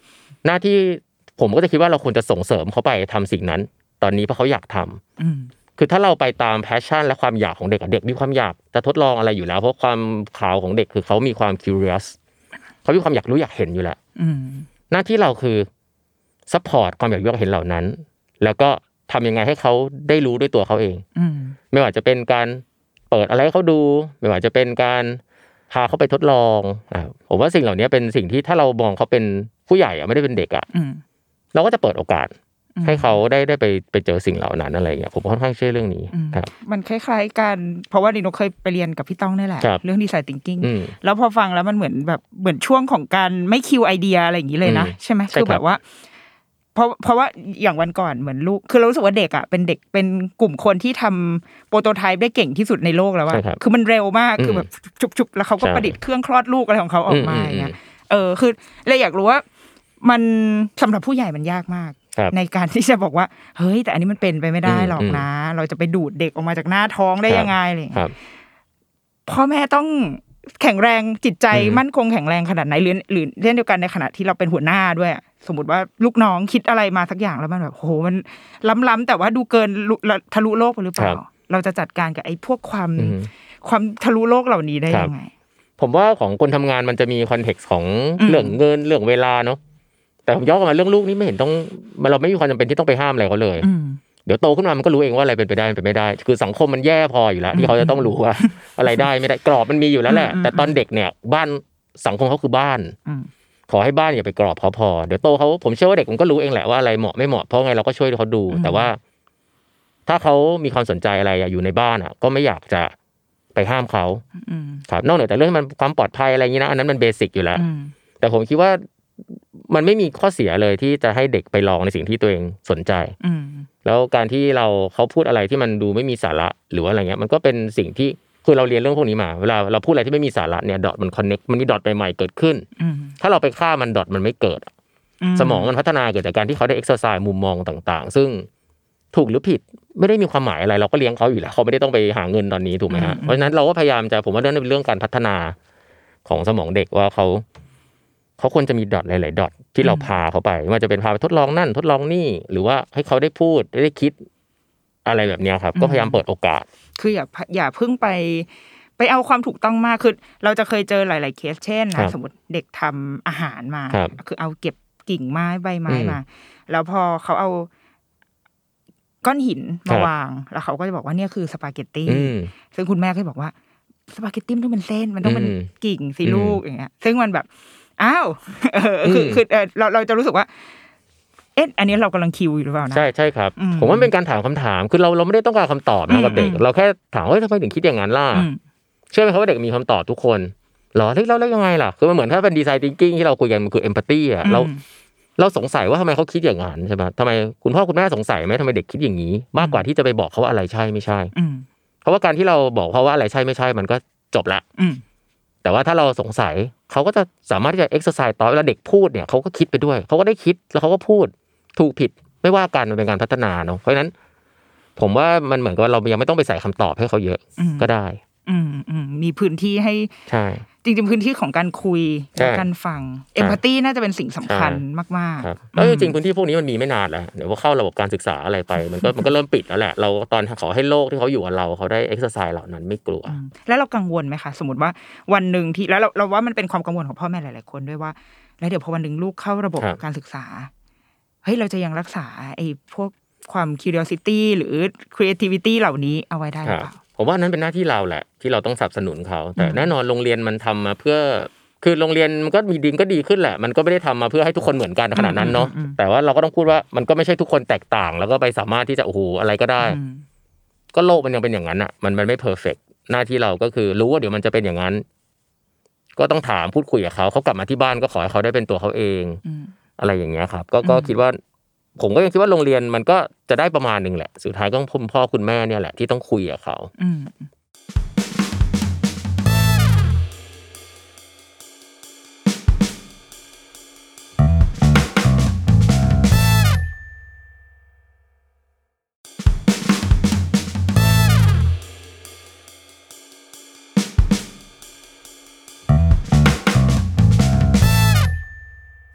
Speaker 2: หน้าที่ผมก็จะคิดว่าเราควรจะส่งเสริมเขาไปทำสิ่งนั้นตอนนี้เพราะเขาอยากทำคือถ้าเราไปตามแพชชั่นและความอยากของเด็กเด็กมีความอยากจะทดลองอะไรอยู่แล้วเพราะความขาวของเด็กคือเขามีความ curious เขามีความอยากรู้อยากเห็นอยู่แล้วหน้าที่เราคือซัพพอร์ตความอยากรู้อยากเห็นเหล่านั้นแล้วก็ทำยังไงให้เขาได้รู้ด้วยตัวเขาเองไม่ว่าจะเป็นการเปิดอะไรให้เขาดูไม่ว่าจะเป็นการพาเขาไปทดลองผมว่าสิ่งเหล่านี้เป็นสิ่งที่ถ้าเรามองเขาเป็นผู้ใหญ่ไม่ได้เป็นเด็กเราก็จะเปิดโอกาสให้เขาได้ไปเจอสิ่งเหล่านั้นอะไรอย่างเงี้ยผมค่อนข้างเชื่อเรื่องนี้ครับ
Speaker 4: มันคล้ายๆกันเพราะว่าดิโนเคยไปเรียนกับพี่ต้องนี่แหละเรื่องดีไซน์ทิงกิ้งแล้วพอฟังแล้วมันเหมือนช่วงของการไม่คิวไอเดียอะไรอย่างนี้เลยนะใช่ไหมคือแบบว่าเพราะว่าอย่างวันก่อนเหมือนลูกคือเรารู้สึกว่าเด็กอ่ะเป็นเด็กเป็นกลุ่มคนที่ทำโปรโตไทป์ได้เก่งที่สุดในโลกแล้วว่าคือมันเร็วมากคือแบบชุบๆแล้วเขาก็ประดิษฐ์เครื่องคลอดลูกอะไรของเขาออกมาอย่างเงี้ยคือเลยอยากรู้ว่ามันสำหรับผู้ใหญ่มันยากมากในการที่จะบอกว่าเฮ้ยแต่อันนี้มันเป็นไปไม่ได้หรอกนะเราจะไปดูดเด็กออกมาจากหน้าท้องได้ยังไงอะไรอย่างเงี้ยพ่อแม่ต้องแข็งแรงจิตใจมั่นคงแข็งแรงขนาดไหนหรือเรื่องเดียวกันในขณะที่เราเป็นหัวหน้าด้วยสมมติว่าลูกน้องคิดอะไรมาสักอย่างแล้วมันแบบโหมันล้ำๆแต่ว่าดูเกินทะลุโลกไปหรือเปล่าเราจะจัดการกับไอ้พวกความทะลุโลกเหล่านี้ได้ยังไง
Speaker 2: ผมว่าของคนทำงานมันจะมีคอนเท็กซ์ของเรื่องเงินเรื่องเวลาเนาะแต่ผมย้อนกลับมาเรื่องลูกนี่ไม่เห็นต้องเราไม่มีความจำเป็นที่ต้องไปห้ามอะไรเขาเลยเดี๋ยวโตขึ้นมามันก็รู้เองว่าอะไรเป็นไปได้เป็นไม่ได้คือสังคมมันแย่พออยู่แล้วที่เขาจะต้องรู้ว่าอะไรได้ไม่ได้กรอบมันมีอยู่แล้วแหละแต่ตอนเด็กเนี่ยบ้านสังคมเขาคือบ้านขอให้บ้านอย่าไปกรอบพอเดี๋ยวโตเขาผมเชื่อว่าเด็กมันก็รู้เองแหละว่าอะไรเหมาะไม่เหมาะเพราะไงเราก็ช่วยเขาดูแต่ว่าถ้าเขามีความสนใจอะไรอยู่ในบ้านอ่ะก็ไม่อยากจะไปห้ามเขาครับนอกเหนือแต่เรื่องมันความปลอดภัยอะไรอย่างนี้นะอันนั้นมันเบสิกอยู่แล้วแต่ผมคิดว่ามันไม่มีข้อเสียเลยที่จะให้เด็กไปลองในสิ่งที่ตัวเองสนใจแล้วการที่เขาพูดอะไรที่มันดูไม่มีสาระหรือว่าอะไรเงี้ยมันก็เป็นสิ่งที่คือเราเรียนเรื่องพวกนี้มาเวลาเราพูดอะไรที่ไม่มีสาระเนี่ยดอทมันคอนเนคมันมีดอทใหม่ๆเกิดขึ้นถ้าเราไปฆ่ามันดอทมันไม่เกิดสมองมันพัฒนาเกิดจากการที่เขาได้เอ็กซ์เซอร์ไซส์มุมมองต่างๆซึ่งถูกหรือผิดไม่ได้มีความหมายอะไรเราก็เลี้ยงเขาอยู่แล้วเขาไม่ได้ต้องไปหาเงินตอนนี้ถูกไหมฮะเพราะฉะนั้นเราก็พยายามจะผมว่าเรื่องเป็นเรื่องการพัฒนาของสมองเด็กว่าเขาควรจะมีดอทหลายๆดอทที่เราพาเขาไปว่าจะเป็นพาไปทดลองนั่นทดลองนี่หรือว่าให้เขาได้พูดได้คิดอะไรแบบนี้ครับก็พยายามเปิดโอกาส
Speaker 4: คืออย่าเพิ่งไปเอาความถูกต้องมากคือเราจะเคยเจอหลายๆเคสเช่นนะสมมติเด็กทำอาหารมาคือเอาเก็บกิ่งไม้ใบไม้มาแล้วพอเขาเอาก้อนหินมาวางแล้วเขาก็จะบอกว่าเนี่ยคือสปาเกตตี้ซึ่งคุณแม่ก็บอกว่าสปาเกตตี้ต้องเป็นเส้นมันต้องเป็นกิ่งสิลูกอย่างเงี้ยซึ่งมันแบบอ้าวคือเราจะรู้สึกว่าเอ๊ะอันนี้เรากำลังคิวอยู่หรือเปล่านะ
Speaker 2: ใช่ครับผมว่าเป็นการถามคำถามคือเราไม่ได้ต้องการคำตอบนะกับเด็กเราแค่ถามว่าทำไมถึงคิดอย่างนั้นล่ะเชื่อไหมครับว่าเด็กมีคำตอบทุกคนหรอแล้วยังไงล่ะคือมันเหมือนถ้าเป็นดีไซน์ทิงกิ้งที่เราคุยกันมันคือเอมพัตตี้อ่ะเราสงสัยว่าทำไมเขาคิดอย่างนั้นใช่ไหมทำไมคุณพ่อคุณแม่สงสัยไหมทำไมเด็กคิดอย่างนี้มากกว่าที่จะไปบอกเขาว่าอะไรใช่ไม่ใช่เพราะว่าการที่เราบอกเขาว่าอะไรใช่ไม่ใช่มันก็จบละแต่ว่าถ้าเราสงสัยเขาก็จะสามารถที่จะเอ็กซ์ไซส์ต่อเวลาเด็กพูดเนี่ยเขาก็คิดไปด้วยเขาก็ได้คิดแล้วเขาก็พูดถูกผิดไม่ว่ากันมันเป็นการพัฒนาเนาะเพราะฉะนั้นผมว่ามันเหมือนกับเรายังไม่ต้องไปใส่คำตอบให้เขาเยอะก็ได้
Speaker 4: มีพื้นที่ให้ใช่จริงๆพื้นที่ของการคุยการฟังเอมพัตตี้น่าจะเป็นสิ่งสำคัญมาก
Speaker 2: ๆแล้วจริงๆพื้นที่พวกนี้มันมีไม่นานแล้วเดี๋ยวพอเข้าระบบการศึกษาอะไรไปมันก็เริ่มปิดแล้วแหละเราตอนขอให้โลกที่เขาอยู่กับเราเขาได้เอ็กซ์ไซส์เหล่านั้นไม่กลัว
Speaker 4: แล้วเรากังวลไหมคะสมมติว่าวันนึงที่แล้วเราว่ามันเป็นความกังวลของพ่อแม่หลายๆคนด้วยว่าแล้วเดี๋ยวพอวันนึงลูกเข้าระบบการศึกษาเฮ้ยเราจะยังรักษาไอ้พวกความ curiosity หรือ creativity เหล่านี้เอาไว้ได้หรือเปล่า
Speaker 2: ผมว่านั้นเป็นหน้าที่เราแหละที่เราต้องสนับสนุนเขาแต่แน่นอนโรงเรียนมันทำมาเพื่อคือโรงเรียนมันก็มีดีก็ดีขึ้นแหละมันก็ไม่ได้ทำมาเพื่อให้ทุกคนเหมือนกันขนาดนั้นเนาะแต่ว่าเราก็ต้องพูดว่ามันก็ไม่ใช่ทุกคนแตกต่างแล้วก็ไปสามารถที่จะโอ้โหอะไรก็ได้ก็โลกมันยังเป็นอย่างนั้นอ่ะมันไม่เพอร์เฟคหน้าที่เราก็คือรู้ว่าเดี๋ยวมันจะเป็นอย่างนั้นก็ต้องถามพูดคุยกับเขากลับมาที่บ้านก็ขอให้เขาได้เป็นตัวเขาเองอะไรอย่างเงี้ยครับก็คิดว่าผมก็ยังคิดว่าโรงเรียนมันก็จะได้ประมาณนึงแหละสุดท้ายก็ต้องคุณพ่อคุณแม่เนี่ยแหละที่ต้องคุยกับเขา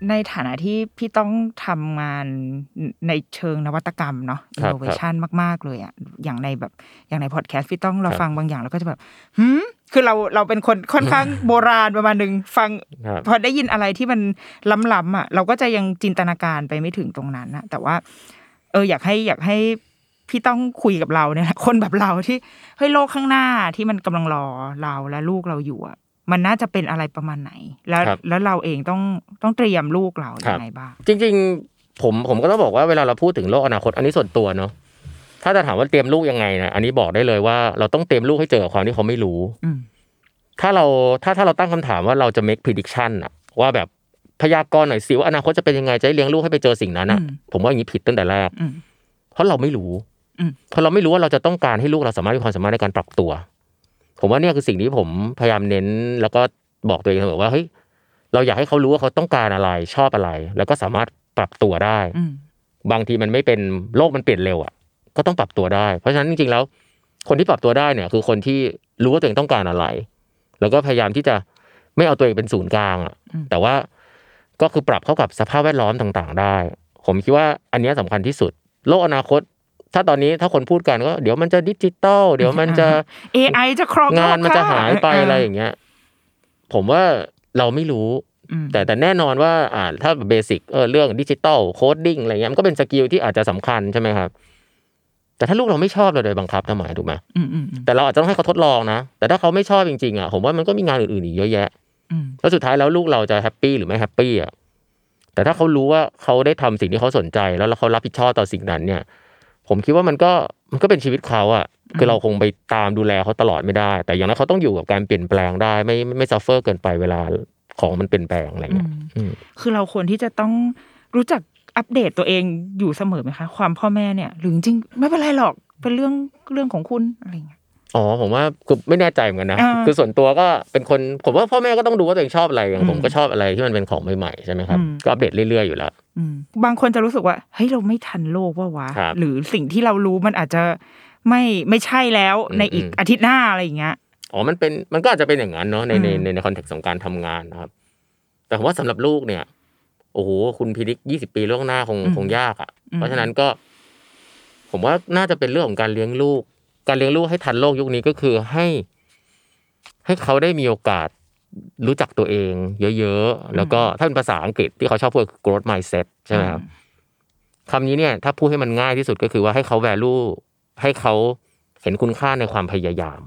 Speaker 4: ในฐานะที่พี่ต้องทำงานในเชิงนวัตกรรมเนาะ innovation มากๆเลยอ่ะอย่างในพอดแคสต์พี่ต้องเราฟังบางอย่างแล้วก็จะแบบคือเราเป็นคนค่อนข้างโบราณประมาณนึงฟังพอได้ยินอะไรที่มันล้ำๆอ่ะเราก็จะยังจินตนาการไปไม่ถึงตรงนั้นนะแต่ว่าอยากให้พี่ต้องคุยกับเราเนี่ยคนแบบเราที่เฮ้ยโลกข้างหน้าที่มันกำลังรอเราและลูกเราอยู่อ่ะมันน่าจะเป็นอะไรประมาณไหนแล้วเราเองต้องเตรียมลูกเราอย่างไรบ้าง
Speaker 2: จริงๆผมก็ต้องบอกว่าเวลาเราพูดถึงโลกอนาคตอันนี้ส่วนตัวเนาะถ้าจะถามว่าเตรียมลูกยังไงนะอันนี้บอกได้เลยว่าเราต้องเตรียมลูกให้เจอกับความที่เขาไม่รู้ถ้าเราตั้งคำถามว่าเราจะ make prediction อะว่าแบบพยากรณ์หน่อยสิว่าอนาคตจะเป็นยังไงจะเลี้ยงลูกให้ไปเจอสิ่งนั้นอะผมว่าอย่างนี้ผิดตั้งแต่แรกเพราะเราไม่รู้เพราะเราไม่รู้ว่าเราจะต้องการให้ลูกเราสามารถมีความสามารถในการปรับตัวผมว่าเนี่ยคือสิ่งที่ผมพยายามเน้นแล้วก็บอกตัวเองเสมอว่าเฮ้ยเราอยากให้เขารู้ว่าเขาต้องการอะไรชอบอะไรแล้วก็สามารถปรับตัวได้บางทีมันไม่เป็นโลกมันเปลี่ยนเร็วอ่ะก็ต้องปรับตัวได้เพราะฉะนั้นจริงๆแล้วคนที่ปรับตัวได้เนี่ยคือคนที่รู้ว่าตัวเองต้องการอะไรแล้วก็พยายามที่จะไม่เอาตัวเองเป็นศูนย์กลางอ่ะแต่ว่าก็คือปรับเข้ากับสภาพแวดล้อมต่างๆได้ผมคิดว่าอันนี้สำคัญที่สุดโลกอนาคตถ้าตอนนี้ถ้าคนพูดกันก็เดี๋ยวมันจะดิจิตอลเดี๋ยวมันจะ
Speaker 4: AI จะครอง
Speaker 2: งานมันจะหายไปอะไรอย่างเงี้ยผมว่าเราไม่รู้แต่แน่นอนว่าถ้าเบสิกเรื่องดิจิตอลโคดดิ้งอะไรเงี้ยมันก็เป็นสกิลที่อาจจะสำคัญใช่ไหมครับแต่ถ้าลูกเราไม่ชอบเราโดยบังคับทำไมถูกไหมแต่เราอาจจะต้องให้เขาทดลองนะแต่ถ้าเขาไม่ชอบจริงๆผมว่ามันก็มีงานอื่นๆอีกเยอะแยะแล้วสุดท้ายแล้วลูกเราจะแฮปปี้หรือไม่แฮปปี้แต่ถ้าเขารู้ว่าเขาได้ทำสิ่งที่เขาสนใจแล้วเขารับผิดชอบต่อสิ่งนั้นเนี่ยผมคิดว่ามันก็เป็นชีวิตเขาคือเราคงไปตามดูแลเขาตลอดไม่ได้แต่อย่างนั้นเขาต้องอยู่กับการเปลี่ยนแปลงได้ไม่ซัฟเฟอร์เกินไปเวลาของมันเปลี่ยนแปลงอะไรอย่างเงี้ย
Speaker 4: คือเราควรที่จะต้องรู้จักอัปเดตตัวเองอยู่เสมอไหมคะความพ่อแม่เนี่ยหรือจริงไม่เป็นไรหรอกเป็นเรื่องของคุณอะไรอย่างเงี้ย
Speaker 2: ผมว่าคือไม่แน่ใจเหมือนกันนะคือส่วนตัวก็เป็นคนผมว่าพ่อแม่ก็ต้องดูว่าตัวเองชอบอะไรอย่างผมก็ชอบอะไรที่มันเป็นของใหม่ๆใช่ไหมครับก็อัปเดตเรื่อยๆอยู่แล้ว
Speaker 4: บางคนจะรู้สึกว่าเฮ้ยเราไม่ทันโลกวะหรือสิ่งที่เรารู้มันอาจจะไม่ใช่แล้วในอีกอาทิตย์หน้าอะไรอย่างเงี้ย
Speaker 2: มันก็อาจจะเป็นอย่างนั้นเนาะในคอนเทกต์ของการทำงานนะครับแต่ผมว่าสำหรับลูกเนี่ยโอ้โหคุณพิจิก20 ปีล่วงหน้าคงยากเพราะฉะนั้นก็ผมว่าน่าจะเป็นเรื่องของการเลี้ยงลูกให้ทันโลกยุคนี้ก็คือให้เขาได้มีโอกาสรู้จักตัวเองเยอะๆแล้วก็ถ้าเป็นภาษาอังกฤษที่เขาชอบพูด growth mindset ใช่ไหมครับคำนี้เนี่ยถ้าพูดให้มันง่ายที่สุดก็คือว่าให้เขา value ให้เขาเห็นคุณค่าในความพยายาม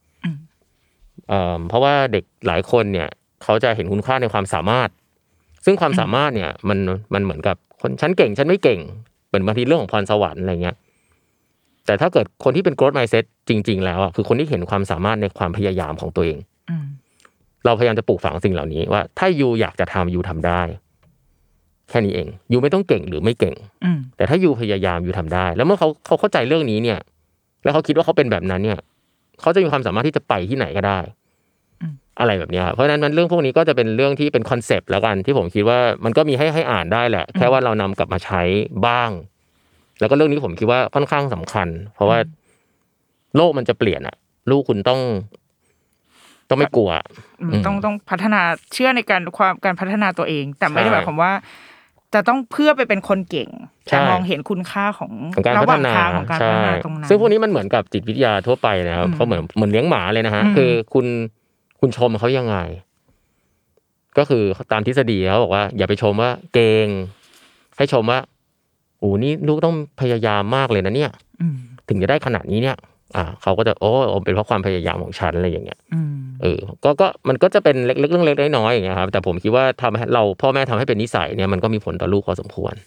Speaker 2: เพราะว่าเด็กหลายคนเนี่ยเขาจะเห็นคุณค่าในความสามารถซึ่งความสามารถเนี่ยมันเหมือนกับคนฉันเก่งฉันไม่เก่งเป็นบางทีเรื่องของพรสวรรค์อะไรเงี้ยแต่ถ้าเกิดคนที่เป็น growth mindset จริงๆแล้วคือคนที่เห็นความสามารถในความพยายามของตัวเองเราพยายามจะปลูกฝังสิ่งเหล่านี้ว่าถ้ายูอยากจะทำยูทำได้แค่นี้เองยูไม่ต้องเก่งหรือไม่เก่งแต่ถ้ายูพยายามยูทำได้แล้วเมื่อเขาเข้าใจเรื่องนี้เนี่ยแล้วเขาคิดว่าเขาเป็นแบบนั้นเนี่ยเขาจะมีความสามารถที่จะไปที่ไหนก็ได้อะไรแบบนี้เพราะฉะนั้นเรื่องพวกนี้ก็จะเป็นเรื่องที่เป็นคอนเซปต์แล้วกันที่ผมคิดว่ามันก็มีให้อ่านได้แหละแค่ว่าเรานำกลับมาใช้บ้างแล้วก็เรื่องนี้ผมคิดว่าค่อนข้างสำคัญเพราะว่าโลกมันจะเปลี่ยนลูกคุณต้องไม่กลัว
Speaker 4: ต้องพัฒนาเชื่อในการพัฒนาตัวเองแต่ไม่ได้หมายความว่าจะต้องเพื่อไปเป็นคนเก่งแต่มองเห็นคุณค่าของ
Speaker 2: การพัฒนา
Speaker 4: ของการพัฒนาตรงนั้น
Speaker 2: ซึ่งพวกนี้มันเหมือนกับจิตวิทยาทั่วไปนะครับเขาเหมือนเลี้ยงหมาเลยนะฮะคือคุณชมเขายังไงก็คือตามทฤษฎีเขาบอกว่าอย่าไปชมว่าเก่งให้ชมว่าโอ้นี่ลูกต้องพยายามมากเลยนะเนี่ยถึงจะได้ขนาดนี้เนี่ยเขาก็จะเป็นเพราะความพยายามของฉันอะไรอย่างเงี้ยก็มันก็จะเป็นเล็กๆเรื่องเล็กๆน้อยๆอย่างเงี้ยครับแต่ผมคิดว่าทำให้เราพ่อแม่ทำให้เป็นนิสัยเนี่ยมันก็มีผลต่อลูกพอสมควร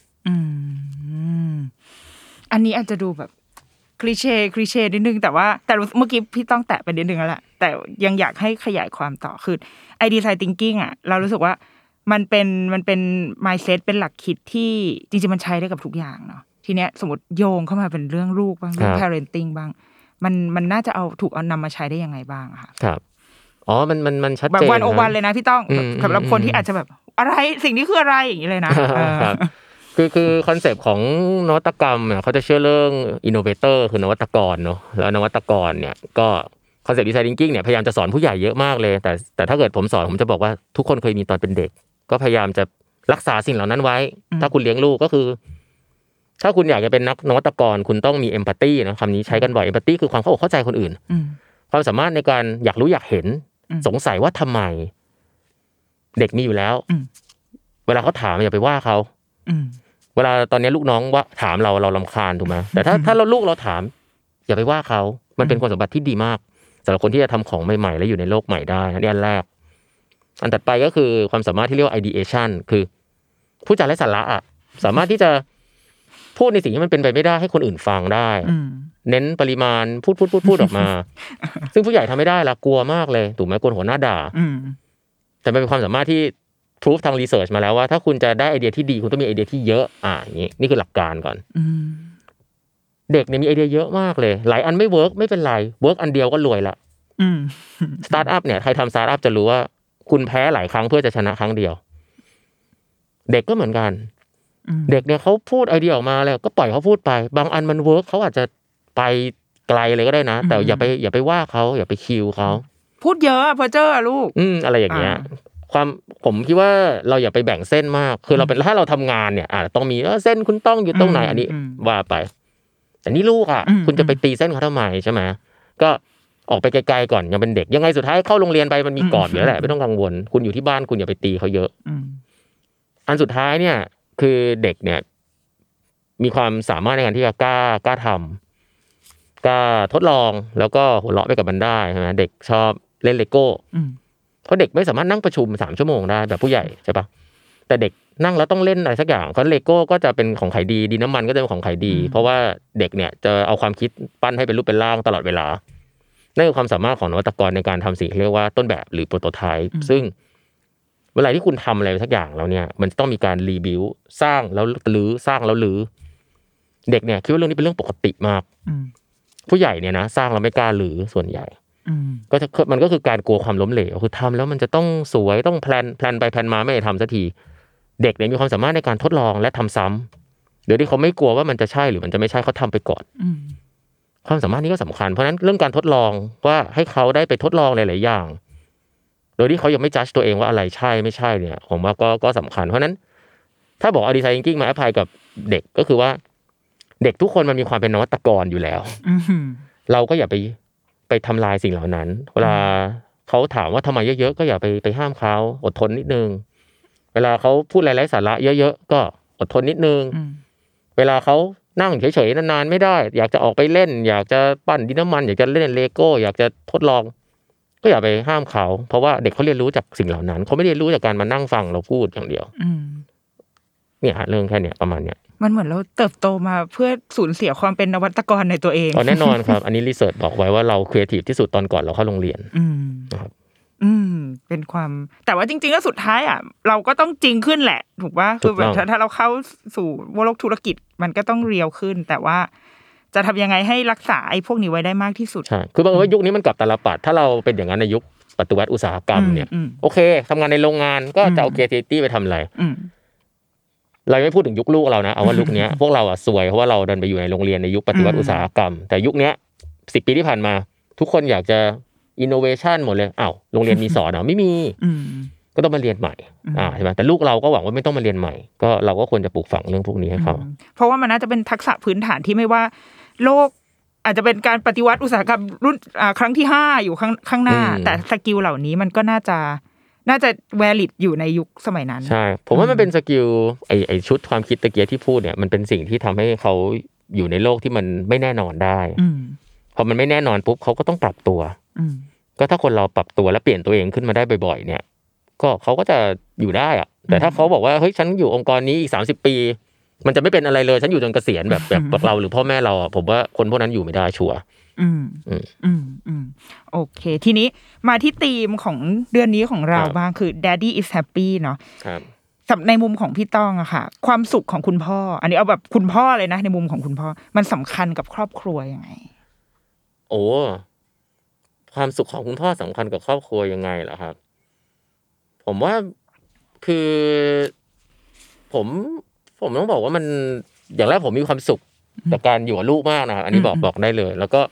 Speaker 4: อันนี้อาจจะดูแบบคลีเช่นิดนึงแต่เมื่อกี้พี่ต้องแตะไปนิดนึงแล้วแหละแต่ยังอยากให้ขยายความต่อคือไอดีไซน์ thinking เรารู้สึกว่ามันเป็น mindset เป็นหลักคิดที่จริงๆมันใช้ได้กับทุกอย่างเนาะทีเนี้ยสมมติโยงเข้ามาเป็นเรื่องลูกบ้างเรื่อง parenting บ้างมันน่าจะถูกเอานำมาใช้ได้ยังไงบ้างค่ะ
Speaker 2: ครับมันชัดเจน
Speaker 4: แบบวันโอวันเลยนะพี่ต้องสำหรับคนที่อาจจะแบบอะไรสิ่งนี้คืออะไรอย่างนี้เลยนะ
Speaker 2: คือคอนเซปต์ของนวัตกรรมเนี่ยเขาจะเชื่อเรื่อง innovator คือนวัตกรเนาะแล้วนวัตกรเนี่ยก็คอนเซปต์ design thinking เนี่ยพยายามจะสอนผู้ใหญ่เยอะมากเลยแต่ถ้าเกิดผมสอนผมจะบอกว่าทุกคนเคยมีตอนเป็นเด็กก็พยายามจะรักษาสิ่งเหล่านั้นไว้ถ้าคุณเลี้ยงลูกก็คือถ้าคุณอยากจะเป็นนักนวัตกรคุณต้องมีเอมพัตตีนะคำนี้ใช้กันบ่อยเอมพัตตีคือความเข้าใจคนอื่นความสามารถในการอยากรู้อยากเห็นสงสัยว่าทำไมเด็กมีอยู่แล้วเวลาเขาถามอย่าไปว่าเขาเวลาตอนนี้ลูกน้องว่าถามเรารำคาญถูกไหมแต่ถ้าเราลูกเราถามอย่าไปว่าเขามันเป็นคุณสมบัติที่ดีมากสำหรับคนที่จะทำของใหม่ๆและอยู่ในโลกใหม่ได้นี่อันแรกอันถัดไปก็คือความสามารถที่เรียกว่า ideation คือผู้จาไร้สาระอ่ะสามารถที่จะพูดในสิ่งที่มันเป็นไปไม่ได้ให้คนอื่นฟังได้เน้นปริมาณพูดออกมา ซึ่งผู้ใหญ่ทำไม่ได้ละกลัวมากเลยถูกไหมกลัวหัวหน้าด่าแต่มันเป็นความสามารถที่พรูฟทางรีเสิร์ชมาแล้วว่าถ้าคุณจะได้ไอเดียที่ดีคุณต้องมีไอเดียที่เยอะอย่างนี้นี่คือหลักการก่อนเด็กเนี่ยมีไอเดียเยอะมากเลยหลายอันไม่เวิร์กไม่เป็นไรเวิร์กอันเดียวก็รวยละสตาร์ทอัพเนี่ยใครทำสตาร์ทอัพจะรู้ว่าคุณแพ้หลายครั้งเพื่อจะชนะครั้งเดียวเด็กก็เหมือนกันเด็กเนี่ยเขาพูดไอเดียออกมาแล้วก็ปล่อยเขาพูดไปบางอันมันเวิร์กเขาอาจจะไปไกลเลยก็ได้นะแต่อย่าไปว่าเขาอย่าไปคิวเขา
Speaker 4: พูดเยอะเพอเจอลูก
Speaker 2: อะไรอย่างเงี้ยผมคิดว่าเราอย่าไปแบ่งเส้นมากคือเราเป็นถ้าเราทำงานเนี่ยต้องมีเส้นคุณต้องอยู่ตรงไหนอันนี้ว่าไปแต่นี่ลูกคุณจะไปตีเส้นเขาทำไมใช่ไหมก็ออกไปไกลๆก่อนยังเป็นเด็กยังไงสุดท้ายเข้าโรงเรียนไปมันมีกรอบอยู่แล้วแหละไม่ต้องกังวลคุณอยู่ที่บ้านคุณอย่าไปตีเขาเยอะอันสุดท้ายเนี่ยคือเด็กเนี่ยมีความสามารถในการที่จะกล้าทำกล้าทดลองแล้วก็หัวเราะไปกับมันได้ใช่ไหมเด็กชอบเล่นเลโก้เพราะเด็กไม่สามารถนั่งประชุม3 ชั่วโมงได้แบบผู้ใหญ่ใช่ปะแต่เด็กนั่งแล้วต้องเล่นอะไรสักอย่างเพราะเลโก้ก็จะเป็นของขายดีดินน้ำมันก็จะเป็นของขายดีเพราะว่าเด็กเนี่ยจะเอาความคิดปั้นให้เป็นรูปเป็นร่างตลอดเวลานั่นคือความสามารถของนวัตกรในการทำสิ่งเรียกว่าต้นแบบหรือโปรโตไทป์ซึ่งเวลาที่คุณทำอะไรสักอย่างแล้วเนี่ยมันต้องมีการรีบิวสร้างแล้วรื้อสร้างแล้วรื้อเด็กเนี่ยคิดว่าเรื่องนี้เป็นเรื่องปกติมากผู้ใหญ่เนี่ยนะสร้างแล้วไม่กล้ารื้อส่วนใหญ่ก็จะมันก็คือการกลัวความล้มเหลวคือทำแล้วมันจะต้องสวยต้องแพลนไปแพลนมาไม่ได้ทำสักทีเด็กเนี่ยมีความสามารถในการทดลองและทำซ้ำเดี๋ยวที่เขาไม่กลัวว่ามันจะใช่หรือมันจะไม่ใช่เขาทำไปก่อนความสามารถนี้ก็สำคัญเพราะฉะนั้นเรื่องการทดลองว่าให้เขาได้ไปทดลองหลายๆอย่างโดยที่เขายังไม่จัดตัวเองว่าอะไรใช่ไม่ใช่เนี่ยผมว่าก็สำคัญเพราะนั้นถ้าบอกเอาดีไซน์ thinking มาแอพพลายกับเด็กก็คือว่าเด็กทุกคนมันมีความเป็นนวัตกรอยู่แล้วเราก็อย่าไปทำลายสิ่งเหล่านั้นเวลาเขาถามว่าทำไมเยอะๆก็อย่าไปห้ามเขาอดทนนิดนึงเวลาเขาพูดอะไรไร้สาระเยอะๆก็อดทนนิดนึงเวลาเขานั่งเฉยๆนานๆไม่ได้อยากจะออกไปเล่นอยากจะปั้นดินน้ำมันอยากจะเล่นเลโก้อยากจะทดลองก็อย่าไปห้ามเขาเพราะว่าเด็กเขาเรียนรู้จากสิ่งเหล่านั้นเขาไม่ได้รู้จากการมานั่งฟังเราพูดอย่างเดียวเนี่ยเรื่องแค่เนี้ยประมาณเนี้ย
Speaker 4: มันเหมือนเราเติบโตมาเพื่อสูญเสียความเป็นนวัตกรในตัวเอง
Speaker 2: แน่นอนครับอันนี้รีเสิร์ชบอกไว้ว่าเราครีเอทีฟที่สุดตอนก่อนเราเข้าโรงเรียนนะครับ
Speaker 4: เป็นความแต่ว่าจริงๆแล้วสุดท้ายเราก็ต้องจริงขึ้นแหละถูกป่ะคือแบบถ้าเราเข้าสู่โลกธุรกิจมันก็ต้องเรียวขึ้นแต่ว่าจะทำยังไงให้รักษาไอ้พวกนี้ไว้ได้มากที่สุด
Speaker 2: ใช่คือบางว่ายุคนี้มันกลับตาลปัดถ้าเราเป็นอย่างนั้นในยุคปฏิวัติอุตสาหกรรมเนี่ยโอเคทำงานในโรงงานก็จะเอา creativity ไปทำอะไรเราไม่พูดถึงยุคลูกเรานะเอาว่ายุคนี้พวกเราซวยเพราะว่าเราเดินไปอยู่ในโรงเรียนในยุคปฏิวัติอุตสาหกรรมแต่ยุคนี้10 ปีที่ผ่านมาทุกคนอยากจะinnovation หมดเลยโรงเรียนมีสอนไม่มีก็ต้องมาเรียนใหม่ใช่ไหมแต่ลูกเราก็หวังว่าไม่ต้องมาเรียนใหม่ก็เราก็ควรจะปลูกฝังเรื่องพวกนี้ให้เขา
Speaker 4: เพราะว่ามันน่าจะเป็นทักษะพื้นฐานที่ไม่ว่าโลกอาจจะเป็นการปฏิวัติอุตสาหกรรมรุ่นครั้งที่5อยู่ข้างหน้าแต่สกิลเหล่านี้มันก็น่าจะ valid อยู่ในยุคสมัยนั้น
Speaker 2: ใช่ผมว่ามันเป็นสกิลไอชุดความคิดตะเกียที่พูดเนี่ยมันเป็นสิ่งที่ทำให้เขาอยู่ในโลกที่มันไม่แน่นอนได้พอมันไม่แน่นอนปุ๊บเขาก็ต้องปรับตัวก็ถ้าคนเราปรับตัวและเปลี่ยนตัวเองขึ้นมาได้บ่อยๆเนี่ยก็เขาก็จะอยู่ได้แต่ถ้าเขาบอกว่าเฮ้ยฉันอยู่องค์กรนี้อีก30 ปีมันจะไม่เป็นอะไรเลยฉันอยู่จนเกษียณแบบเราหรือพ่อแม่เราผมว่าคนพวกนั้นอยู่ไม่ได้ชัวร์
Speaker 4: โอเคทีนี้มาที่ธีมของเดือนนี้ของเราบ้างคือ Daddy is happy เนาะครับในมุมของพี่ต้องอะค่ะความสุขของคุณพ่ออันนี้เอาแบบคุณพ่อเลยนะในมุมของคุณพ่อมันสำคัญกับครอบครัวยังไง
Speaker 2: โอ้ความสุขของคุณพ่อสำคัญกับครอบครัวยังไงเหรอครับผมว่าคือผมต้องบอกว่ามันอย่างแรกผมมีความสุขกับการอยู่กับลูกมากนะครับอันนี้บอกได้เลยแล้วก็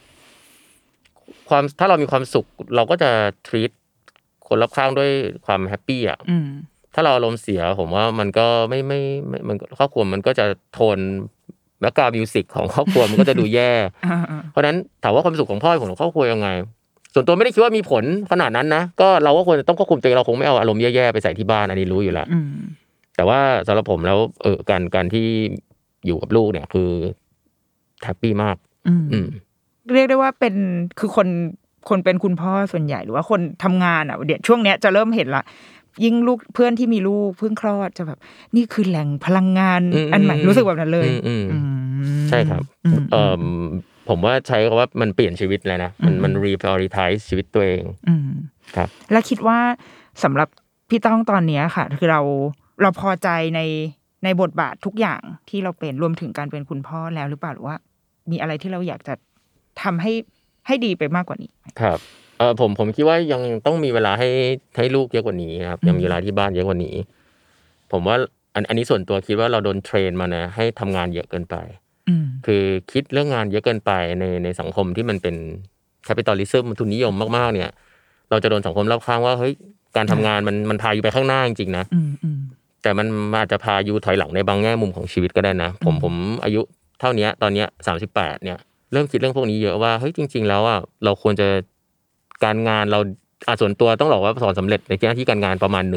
Speaker 2: ถ้าเรามีความสุขเราก็จะ treat คนรอบข้างด้วยความแฮปปี้ถ้าเราอารมณ์เสียผมว่ามันก็ไม่มันครอบครัวมันก็จะโทนแบ็คกราวด์มิวสิกของครอบครัวมันก็จะดูแย่เพราะฉะนั้นถามว่าความสุขของพ่อของครอบครัวยังไงส่วนตัวไม่ได้คิดว่ามีผลขนาดนั้นนะก็เราก็ควรจะต้องควบคุมตัวเองเราคงไม่เอาอารมณ์แย่ๆไปใส่ที่บ้านอันนี้รู้อยู่แล้วแต่ว่าสำหรับผมแล้วการที่อยู่กับลูกเนี่ยคือแฮปปี้มาก
Speaker 4: เรียกได้ว่าเป็นคือคนเป็นคุณพ่อส่วนใหญ่หรือว่าคนทำงานเดี๋ยวช่วงเนี้ยจะเริ่มเห็นละยิ่งลูกเพื่อนที่มีลูกเพิ่งคลอดจะแบบนี่คือแหล่งพลังงานอันใหม่รู้สึกแบบนั้นเลย
Speaker 2: ใช่ครับผมว่าใช้คำว่ามันเปลี่ยนชีวิตเลยนะมัน reprioritize ชีวิตตัวเองครับ
Speaker 4: แล้วคิดว่าสำหรับพี่ต้องตอนนี้ค่ะคือเราพอใจในบทบาททุกอย่างที่เราเป็นรวมถึงการเป็นคุณพ่อแล้วหรือเปล่าหรือว่ามีอะไรที่เราอยากจะทำให้ดีไปมากกว่านี้
Speaker 2: ครับผมคิดว่ายังต้องมีเวลาให้ลูกเยอะกว่านี้ครับยังมีเวลาที่บ้านเยอะกว่านี้ผมว่าอันนี้ส่วนตัวคิดว่าเราโดนเทรนมานะให้ทำงานเยอะเกินไปคือคิดเรื่องงานเยอะเกินไปในสังคมที่มันเป็นแคปิตอลิซึมทุนนิยมมากๆเนี่ยเราจะโดนสังคมรอบข้างว่าเฮ้ยการทำงานมันพาอยู่ไปข้างหน้าจริงๆนะแต่มันอาจจะพาอยู่ถอยหลังในบางแง่มุมของชีวิตก็ได้นะผมอายุเท่านี้ตอนนี้38เนี่ยเริ่มคิดเรื่องพวกนี้เยอะว่าเฮ้ยจริงๆแล้วอ่ะเราควรจะการงานเราส่วนตัวต้องบอกว่าสอนสำเร็จในหน้าที่การงานประมาณ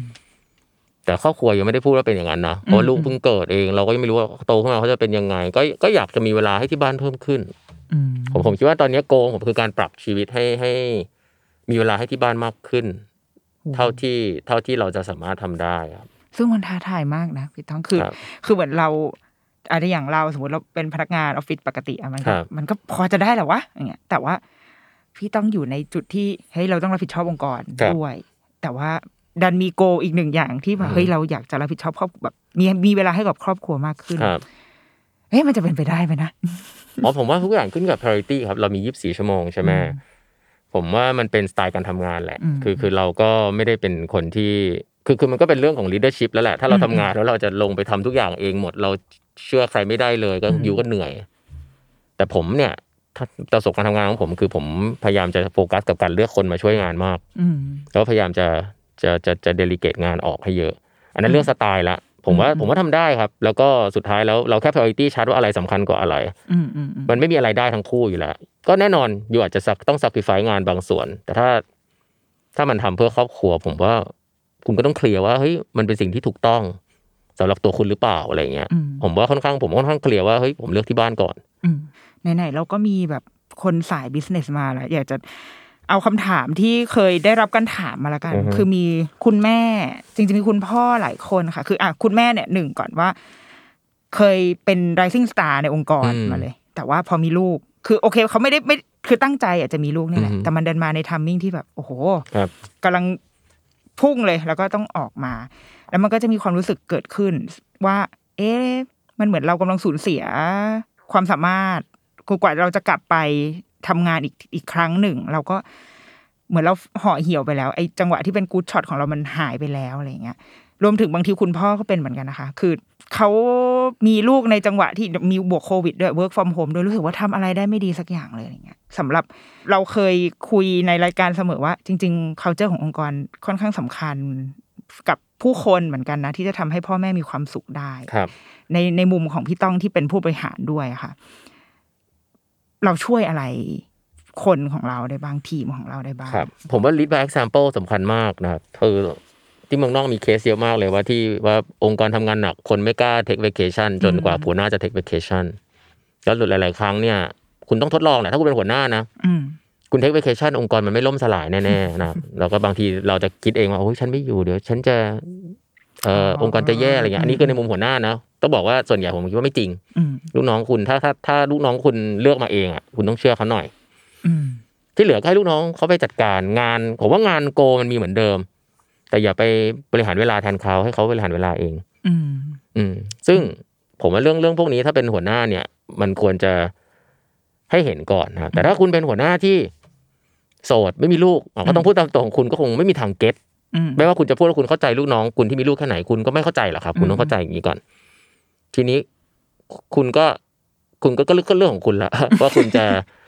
Speaker 2: 1แต่ครอบครัวยังไม่ได้พูดว่าเป็นอย่างนั้นนะเพราะลูกเพิ่งเกิดเองเราก็ยังไม่รู้ว่าโตขึ้นมาเขาจะเป็นยังไงก็อยากจะมีเวลาให้ที่บ้านเพิ่มขึ้นผมคิดว่าตอนนี้โกงผมคือการปรับชีวิตให้มีเวลาให้ที่บ้านมากขึ้นเท่าที่เราจะสามารถทำได้ครับ
Speaker 4: ซึ่งมันท้าทายมากนะพี่ต้องคือเหมือนเราอะไรอย่างเราสมมติเราเป็นพนักงานออฟฟิศปกติมันก็พอจะได้แหละวะอย่างเงี้ยแต่ว่าพี่ต้องอยู่ในจุดที่เฮ้ยเราต้องรับผิดชอบองค์กรด้วยแต่ว่าดันมีโกอีกหนึ่งอย่างที่แบบเฮ้ยเราอยากจะรับผิดชอบครอบแบบมีเวลาให้กับครอบครัวมากขึ้นเฮ้ยมันจะเป็นไปได้ไหมนะ
Speaker 2: ผมว่าทุกอย่างขึ้นกับ priority ครับเรามี24ชั่วโมงใช่ไหมผมว่ามันเป็นสไตล์การทำงานแหละคือเราก็ไม่ได้เป็นคนที่คือมันก็เป็นเรื่องของ leadership แล้วแหละถ้าเราทำงานแล้วเราจะลงไปทำทุกอย่างเองหมดเราเชื่อใครไม่ได้เลยก็อยู่ก็เหนื่อยแต่ผมเนี่ยประสบการณ์ทำงานของผมคือผมพยายามจะโฟกัสกับการเลือกคนมาช่วยงานมากแล้วพยายามจะเดลิเกตงานออกให้เยอะอันนั้นเรื่องสไตล์ละผมว่าทำได้ครับแล้วก็สุดท้ายแล้วเราแค่ priority ชัดว่าอะไรสำคัญกว่าอะไรมันไม่มีอะไรได้ทั้งคู่อยู่แล้วก็แน่นอนอยู่อาจจะต้อง sacrifice งานบางส่วนแต่ถ้ามันทำเพื่อครอบครัวผมว่าคุณก็ต้องเคลียร์ว่าเฮ้ยมันเป็นสิ่งที่ถูกต้องสำหรับตัวคุณหรือเปล่าอะไรเงี้ยผมค่อนข้างเคลียร์ว่าเฮ้ยผมเลือกที่บ้านก่อน
Speaker 4: ไหนๆเราก็มีแบบคนสายบิสเนสมาแล้วอยากจะเอาคำถามที่เคยได้รับการถามมาแล้วกันคือมีคุณแม่จริงๆมีคุณพ่อหลายคนค่ะคือคุณแม่เนี่ยหนึ่งก่อนว่าเคยเป็น rising star ในองค์กรมาเลยแต่ว่าพอมีลูกคือโอเคเขาไม่คือตั้งใจอาจจะมีลูกนี่แหละแต่มันเดินมาในทัมมิ่งที่แบบโอ้โหกำลังพุ่งเลยแล้วก็ต้องออกมาแล้วมันก็จะมีความรู้สึกเกิดขึ้นว่ามันเหมือนเรากำลังสูญเสียความสามารถกว่าเราจะกลับไปทำงานอีกครั้งหนึ่งเราก็เหมือนเราห่อเหี่ยวไปแล้วไอ้จังหวะที่เป็นกู๊ดช็อตของเรามันหายไปแล้วอะไรอย่างเงี้ยรวมถึงบางทีคุณพ่อก็เป็นเหมือนกันนะคะคือเขามีลูกในจังหวะที่มีบวกโควิดด้วย work from home ด้วยรู้สึกว่าทำอะไรได้ไม่ดีสักอย่างเลยอย่างเงี้ยสำหรับเราเคยคุยในรายการเสมอว่าจริงๆ culture ขององค์กรค่อนข้างสำคัญกับผู้คนเหมือนกันนะที่จะทำให้พ่อแม่มีความสุขได้ในมุมของพี่ต้องที่เป็นผู้บริหารด้วยค่ะเราช่วยอะไรคนของเราได้บ้างทีมของเราได้บ้าง
Speaker 2: ครับผมว่า lead by example สำคัญมากนะครับที่เมืองนอกมีเคสเยอะมากเลยว่าองค์กรทำงานหนักคนไม่กล้า take vacation จนกว่าหัวหน้าจะ take vacation แล้วหลายๆครั้งเนี่ยคุณต้องทดลองนะถ้าคุณเป็นหัวหน้านะคุณ take vacation องค์กรมันไม่ล่มสลายแน่ๆนะแล้วก็บางทีเราจะคิดเองว่าโอ้ยฉันไม่อยู่เดี๋ยวฉันจะองค์กรจะแย่อะไรเงี้ยอันนี้คือในมุมหัวหน้านะต้องบอกว่าส่วนใหญ่ผมคิดว่าไม่จริงลูกน้องคุณถ้าลูกน้องคุณเลือกมาเองอ่ะคุณต้องเชื่อเขาหน่อยที่เหลือก็ให้ลูกน้องเขาไปจัดการงานผมว่างานโกมันมีเหมือนเดิมแต่อย่าไปบริหารเวลาแทนเขาให้เขาบริหารเวลาเองซึ่งผมว่าเรื่องพวกนี้ถ้าเป็นหัวหน้าเนี่ยมันควรจะให้เห็นก่อนนะแต่ถ้าคุณเป็นหัวหน้าที่โสดไม่มีลูกก็ต้องพูดตามตรงคุณก็คงไม่มีทางเก็ตไม่ว่าคุณจะพูดว่าคุณเข้าใจลูกน้องคุณที่มีลูกแค่ไหนคุณก็ไม่เข้าใจหรอกครับคุณต้องเข้าใจอย่างนี้ก่อนทีนี้คุณก็เรื่องของคุณละว่าคุณจะ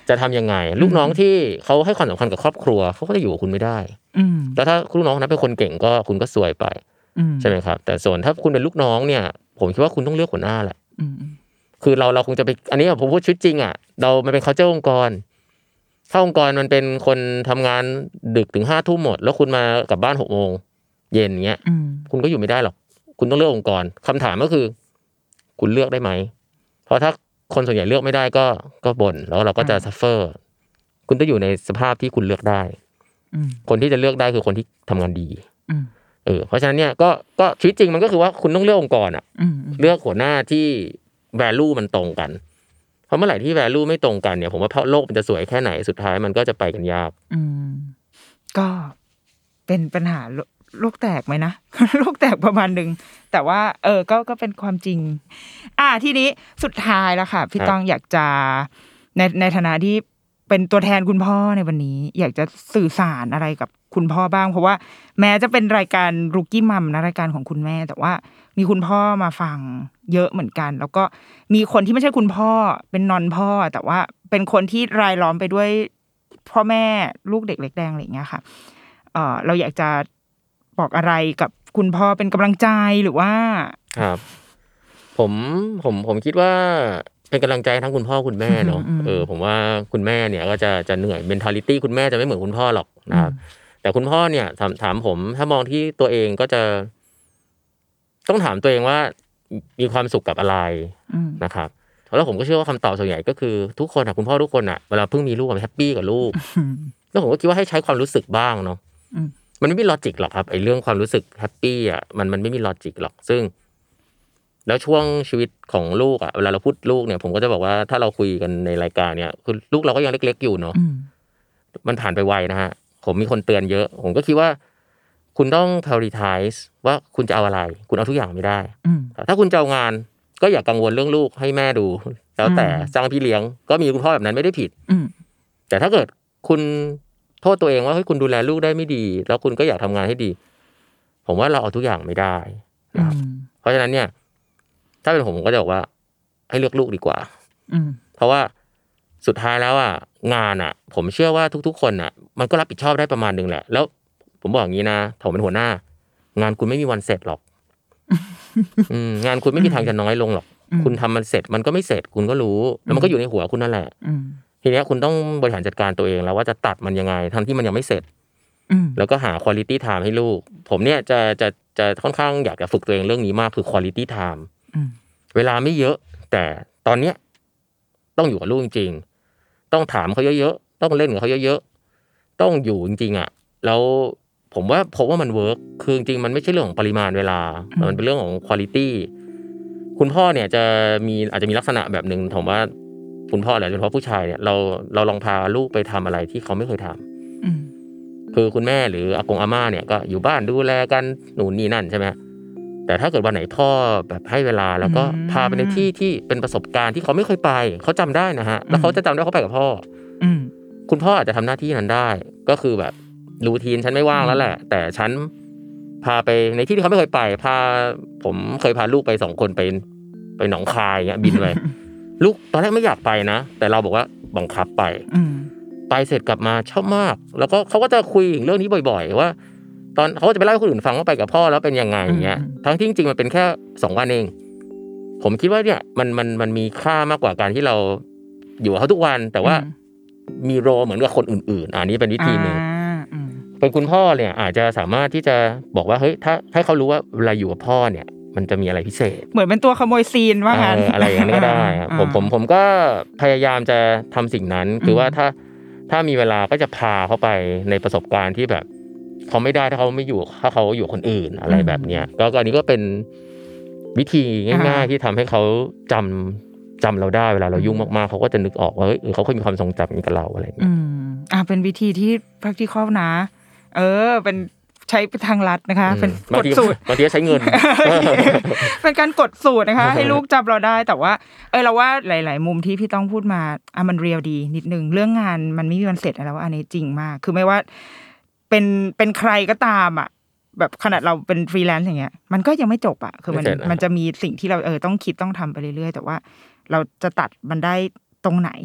Speaker 2: จะทำยังไงลูกน้องที่เขาให้ความสำคัญกับครอบครัวเขาก็จะอยู่กับคุณไม่ได้แล้วถ้าลูกน้องนั้นเป็นคนเก่งก็คุณก็ซวยไปใช่ไหมครับแต่ส่วนถ้าคุณเป็นลูกน้องเนี่ยผมคิดว่าคุณต้องเลือกหัวหน้าแหละคือเราคงจะไปอันนี้ผมพูดชีวิตจริงอ่ะมันเป็น culture องค์กรถ้าองค์กรมันเป็นคนทำงานดึกถึง5 ทุ่มหมดแล้วคุณมากลับบ้าน6 โมงเย็นเงี้ยคุณก็อยู่ไม่ได้หรอกคุณต้องเลือกองค์กรคำถามก็คือคุณเลือกได้ไหมเพราะถ้าคนส่วนใหญ่เลือกไม่ได้ก็บ่นแล้วเราก็จะซัฟเฟอร์คุณต้องอยู่ในสภาพที่คุณเลือกได้คนที่จะเลือกได้คือคนที่ทำงานดีเพราะฉะนั้นเนี่ยก็ชีวิตจริงมันก็คือว่าคุณต้องเลือกองค์กรอ่ะเลือกหัวหน้าที่ value มันตรงกันเพราะเมื่อไหร่ที่ value ไม่ตรงกันเนี่ยผมว่าโลกมันจะสวยแค่ไหนสุดท้ายมันก็จะไปกันยาก
Speaker 4: ก็เป็นปัญหาโลกแตกไหมนะ โลกแตกประมาณนึงแต่ว่าก็เป็นความจริงทีนี้สุดท้ายแล้วค่ะพี่ต้องอยากจะในฐานะที่เป็นตัวแทนคุณพ่อในวันนี้อยากจะสื่อสารอะไรกับคุณพ่อบ้างเพราะว่าแม้จะเป็นรายการ Rookie Mom นะรายการของคุณแม่แต่ว่ามีคุณพ่อมาฟังเยอะเหมือนกันแล้วก็มีคนที่ไม่ใช่คุณพ่อเป็นนอนพ่อแต่ว่าเป็นคนที่รายล้อมไปด้วยพ่อแม่ลูกเด็กเล็กแดงอะไรอย่างเงี้ยค่ะเราอยากจะบอกอะไรกับคุณพ่อเป็นกำลังใจหรือว่า
Speaker 2: ครับผมคิดว่าเป็นกำลังใจทั้งคุณพ่อคุณแม่เนาะผมว่าคุณแม่เนี่ยก็จะเหนื่อย mentality คุณแม่จะไม่เหมือนคุณพ่อหรอกนะครับแต่คุณพ่อเนี่ยถามผมถ้ามองที่ตัวเองก็จะต้องถามตัวเองว่ามีความสุขกับอะไรนะครับแล้วผมก็เชื่อว่าคำตอบส่วนใหญ่ก็คือทุกคนคุณพ่อทุกคนเวลาเพิ่งมีลูกแฮปปี้กับลูกแล้วผมก็คิดว่าให้ใช้ความรู้สึกบ้างเนาะมันไม่มีลอจิกหรอกครับไอ้เรื่องความรู้สึกแฮปปี้มันไม่มีลอจิกหรอกซึ่งแล้วช่วงชีวิตของลูกเวลาเราพูดลูกเนี่ยผมก็จะบอกว่าถ้าเราคุยกันในรายการเนี่ยคือลูกเราก็ยังเล็กๆอยู่เนาะมันผ่านไปไวนะฮะผมมีคนเตือนเยอะผมก็คิดว่าคุณต้อง prioritize ว่าคุณจะเอาอะไรคุณเอาทุกอย่างไม่ได้ถ้าคุณจะเอางานก็อย่ากังวลเรื่องลูกให้แม่ดูแล้วแต่จ้างพี่เลี้ยงก็มีคุณพ่อแบบนั้นไม่ได้ผิดแต่ถ้าเกิดคุณโทษตัวเองว่าเฮ้ยคุณดูแลลูกได้ไม่ดีแล้วคุณก็อยากทำงานให้ดีผมว่าเราเอาทุกอย่างไม่ได้นะครับเพราะฉะนั้นเนี่ยถ้าเป็นผมก็จะบอกว่าให้เลือกลูกดีกว่าเพราะว่าสุดท้ายแล้วงานผมเชื่อว่าทุกๆคนมันก็รับผิดชอบได้ประมาณนึงแหละแล้วผมบอกอย่างนี้นะผมเป็นหัวหน้างานคุณไม่มีวันเสร็จหรอกงานคุณไม่มีทางจะน้อยลงหรอกคุณทำมันเสร็จมันก็ไม่เสร็จคุณก็รู้แล้วมันก็อยู่ในหัวคุณนั่นแหละทีนี้คุณต้องบริหารจัดการตัวเองแล้วว่าจะตัดมันยังไงทั้งที่มันยังไม่เสร็จแล้วก็หา quality time ให้ลูกผมเนี่ยจะค่อนข้างอยากจะฝึกตัวเองเรื่องนี้มากคือ quality time เวลาไม่เยอะแต่ตอนเนี้ยต้องอยู่กับลูกจริงๆต้องถามเขาเยอะๆต้องเล่นกับเขาเยอะๆต้องอยู่จริงๆแล้วผมว่ามันเวิร์คคือจริงๆมันไม่ใช่เรื่องของปริมาณเวลามันเป็นเรื่องของ quality คุณพ่อเนี่ยอาจจะมีลักษณะแบบนึงผมว่าคุณพ่อหรือโดยเฉพาะผู้ชายเนี่ยเราลองพาลูกไปทำอะไรที่เขาไม่เคยทำคือคุณแม่หรืออากงอาม่าเนี่ยก็อยู่บ้านดูแลกันหนูนี่นั่นใช่ไหมแต่ถ้าเกิดวันไหนพ่อแบบให้เวลาแล้วก็พาไปในที่ที่เป็นประสบการณ์ที่เขาไม่เคยไปเขาจำได้นะฮะแล้วเขาจะจำได้เขาไปกับพ่อคุณพ่ออาจจะทำหน้าที่นั้นได้ก็คือแบบรูทีนฉันไม่ว่างแล้วแหละแต่ฉันพาไปในที่ที่เขาไม่เคยไปผมเคยพาลูกไป2 คนไปหนองคายเงี้ยบินไปลูกตอนแรกไม่อยากไปนะแต่เราบอกว่าบังคับไปเสร็จกลับมาชอบมากแล้วก็เขาก็จะคุยเรื่องนี้บ่อยๆว่าตอนเขาจะไปเล่าให้คนอื่นฟังว่าไปกับพ่อแล้วเป็นยังไงเงี้ยทั้งที่จริงๆมันเป็นแค่2 วันเองผมคิดว่าเนี่ยมันมีค่ามากกว่าการที่เราอยู่กับเขาทุกวันแต่ว่ามีโรเหมือนกับคนอื่นๆอันนี้เป็นวิธีนึงเป็นคุณพ่อเนี่ยอาจจะสามารถที่จะบอกว่าเฮ้ยถ้าให้เขารู้ว่าเวลาอยู่กับพ่อเนี่ยมันจะมีอะไรพิเศษ
Speaker 4: เหมือนเป็นตัวขโมยซีนว่างั้น
Speaker 2: อะไรอย่างนี้ก็ได้ผมก็พยายามจะทำสิ่งนั้นคือว่าถ้ามีเวลาก็จะพาเขาไปในประสบการณ์ที่แบบเขาไม่ได้ถ้าเขาไม่อยู่ถ้าเขาอยู่คนอื่นอะไรแบบเนี้ยก็อันนี้ก็เป็นวิธีง่ายๆที่ทำให้เขาจำเราได้เวลาเรายุ่งมากๆเขาก็จะนึกออกว่าเขาเคยมีความทรงจำนี้กับเราอะไรอย่างเงี้ย
Speaker 4: เป็นวิธีที่ practical นะเป็นใช้ทางลัดนะคะเป็นกดสูตร
Speaker 2: บางทีใช้เงิน
Speaker 4: เป็นการกดสูตรนะคะให้ลูกจำเราได้แต่ว่าเราว่าหลายๆมุมที่พี่ต้องพูดมามันเรียลดีนิดนึงเรื่องงานมันไม่มีวันเสร็จแล้วอันนี้จริงมากคือไม่ว่าเป็นใครก็ตามแบบขนาดเราเป็นฟรีแลนซ์อย่างเงี้ยมันก็ยังไม่จบคือมันจะมีสิ่งที่เราต้องคิดต้องทำไปเรื่อยๆแต่ว่าเราจะตัดมันได้ตรงไหน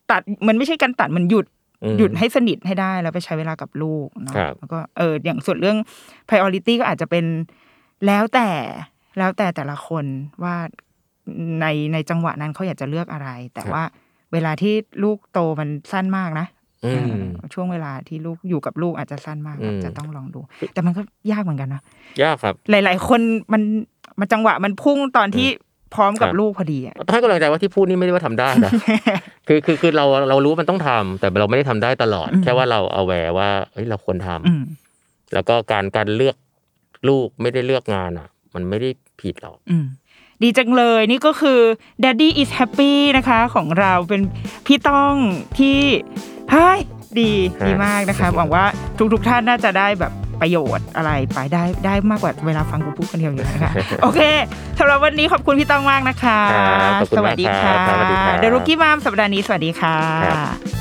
Speaker 4: ตัดมันไม่ใช่การตัดมันหยุดให้สนิทให้ได้แล้วไปใช้เวลากับลูกเนาะแล้วก็อย่างส่วนเรื่อง priority ก็อาจจะเป็นแล้วแต่ละคนว่าในจังหวะนั้นเขาอยากจะเลือกอะไรแต่ว่าเวลาที่ลูกโตมันสั้นมากนะช่วงเวลาที่ลูกอยู่กับลูกอาจจะสั้นมากจะต้องลองดูแต่มันก็ยากเหมือนกันนะ
Speaker 2: ยากครับ
Speaker 4: หลายๆคนมันจังหวะมันพุ่งตอนที่พร้อมกับลูกพอดีอ่ะ
Speaker 2: ให้กำลังใจว่าที่พูดนี่ไม่ได้ว่าทำได้นะ คือเรารู้มันต้องทำแต่เราไม่ได้ทำได้ตลอดแค่ว่าเราเอาแวร์ว่าเฮ้ยเราควรทำแล้วก็การเลือกลูกไม่ได้เลือกงานอ่ะมันไม่ได้ผิดหรอก
Speaker 4: ดีจังเลยนี่ก็คือ Daddy is happy นะคะของเราเป็นพี่ต้องที่เฮ้ยดีมากนะคะหวังว่าทุกท่านน่าจะได้แบบประโยชน์อะไรไปได้มากกว่าเวลาฟังกูพูดคนเดียวอยู่นะคะโอเคสำหรับวันนี้ขอบคุณพี่ต้องมากนะคะ
Speaker 2: สวัสดีค่ะ
Speaker 4: The Rookie Mom สัปดาห์นี้สวัสดีค่ะ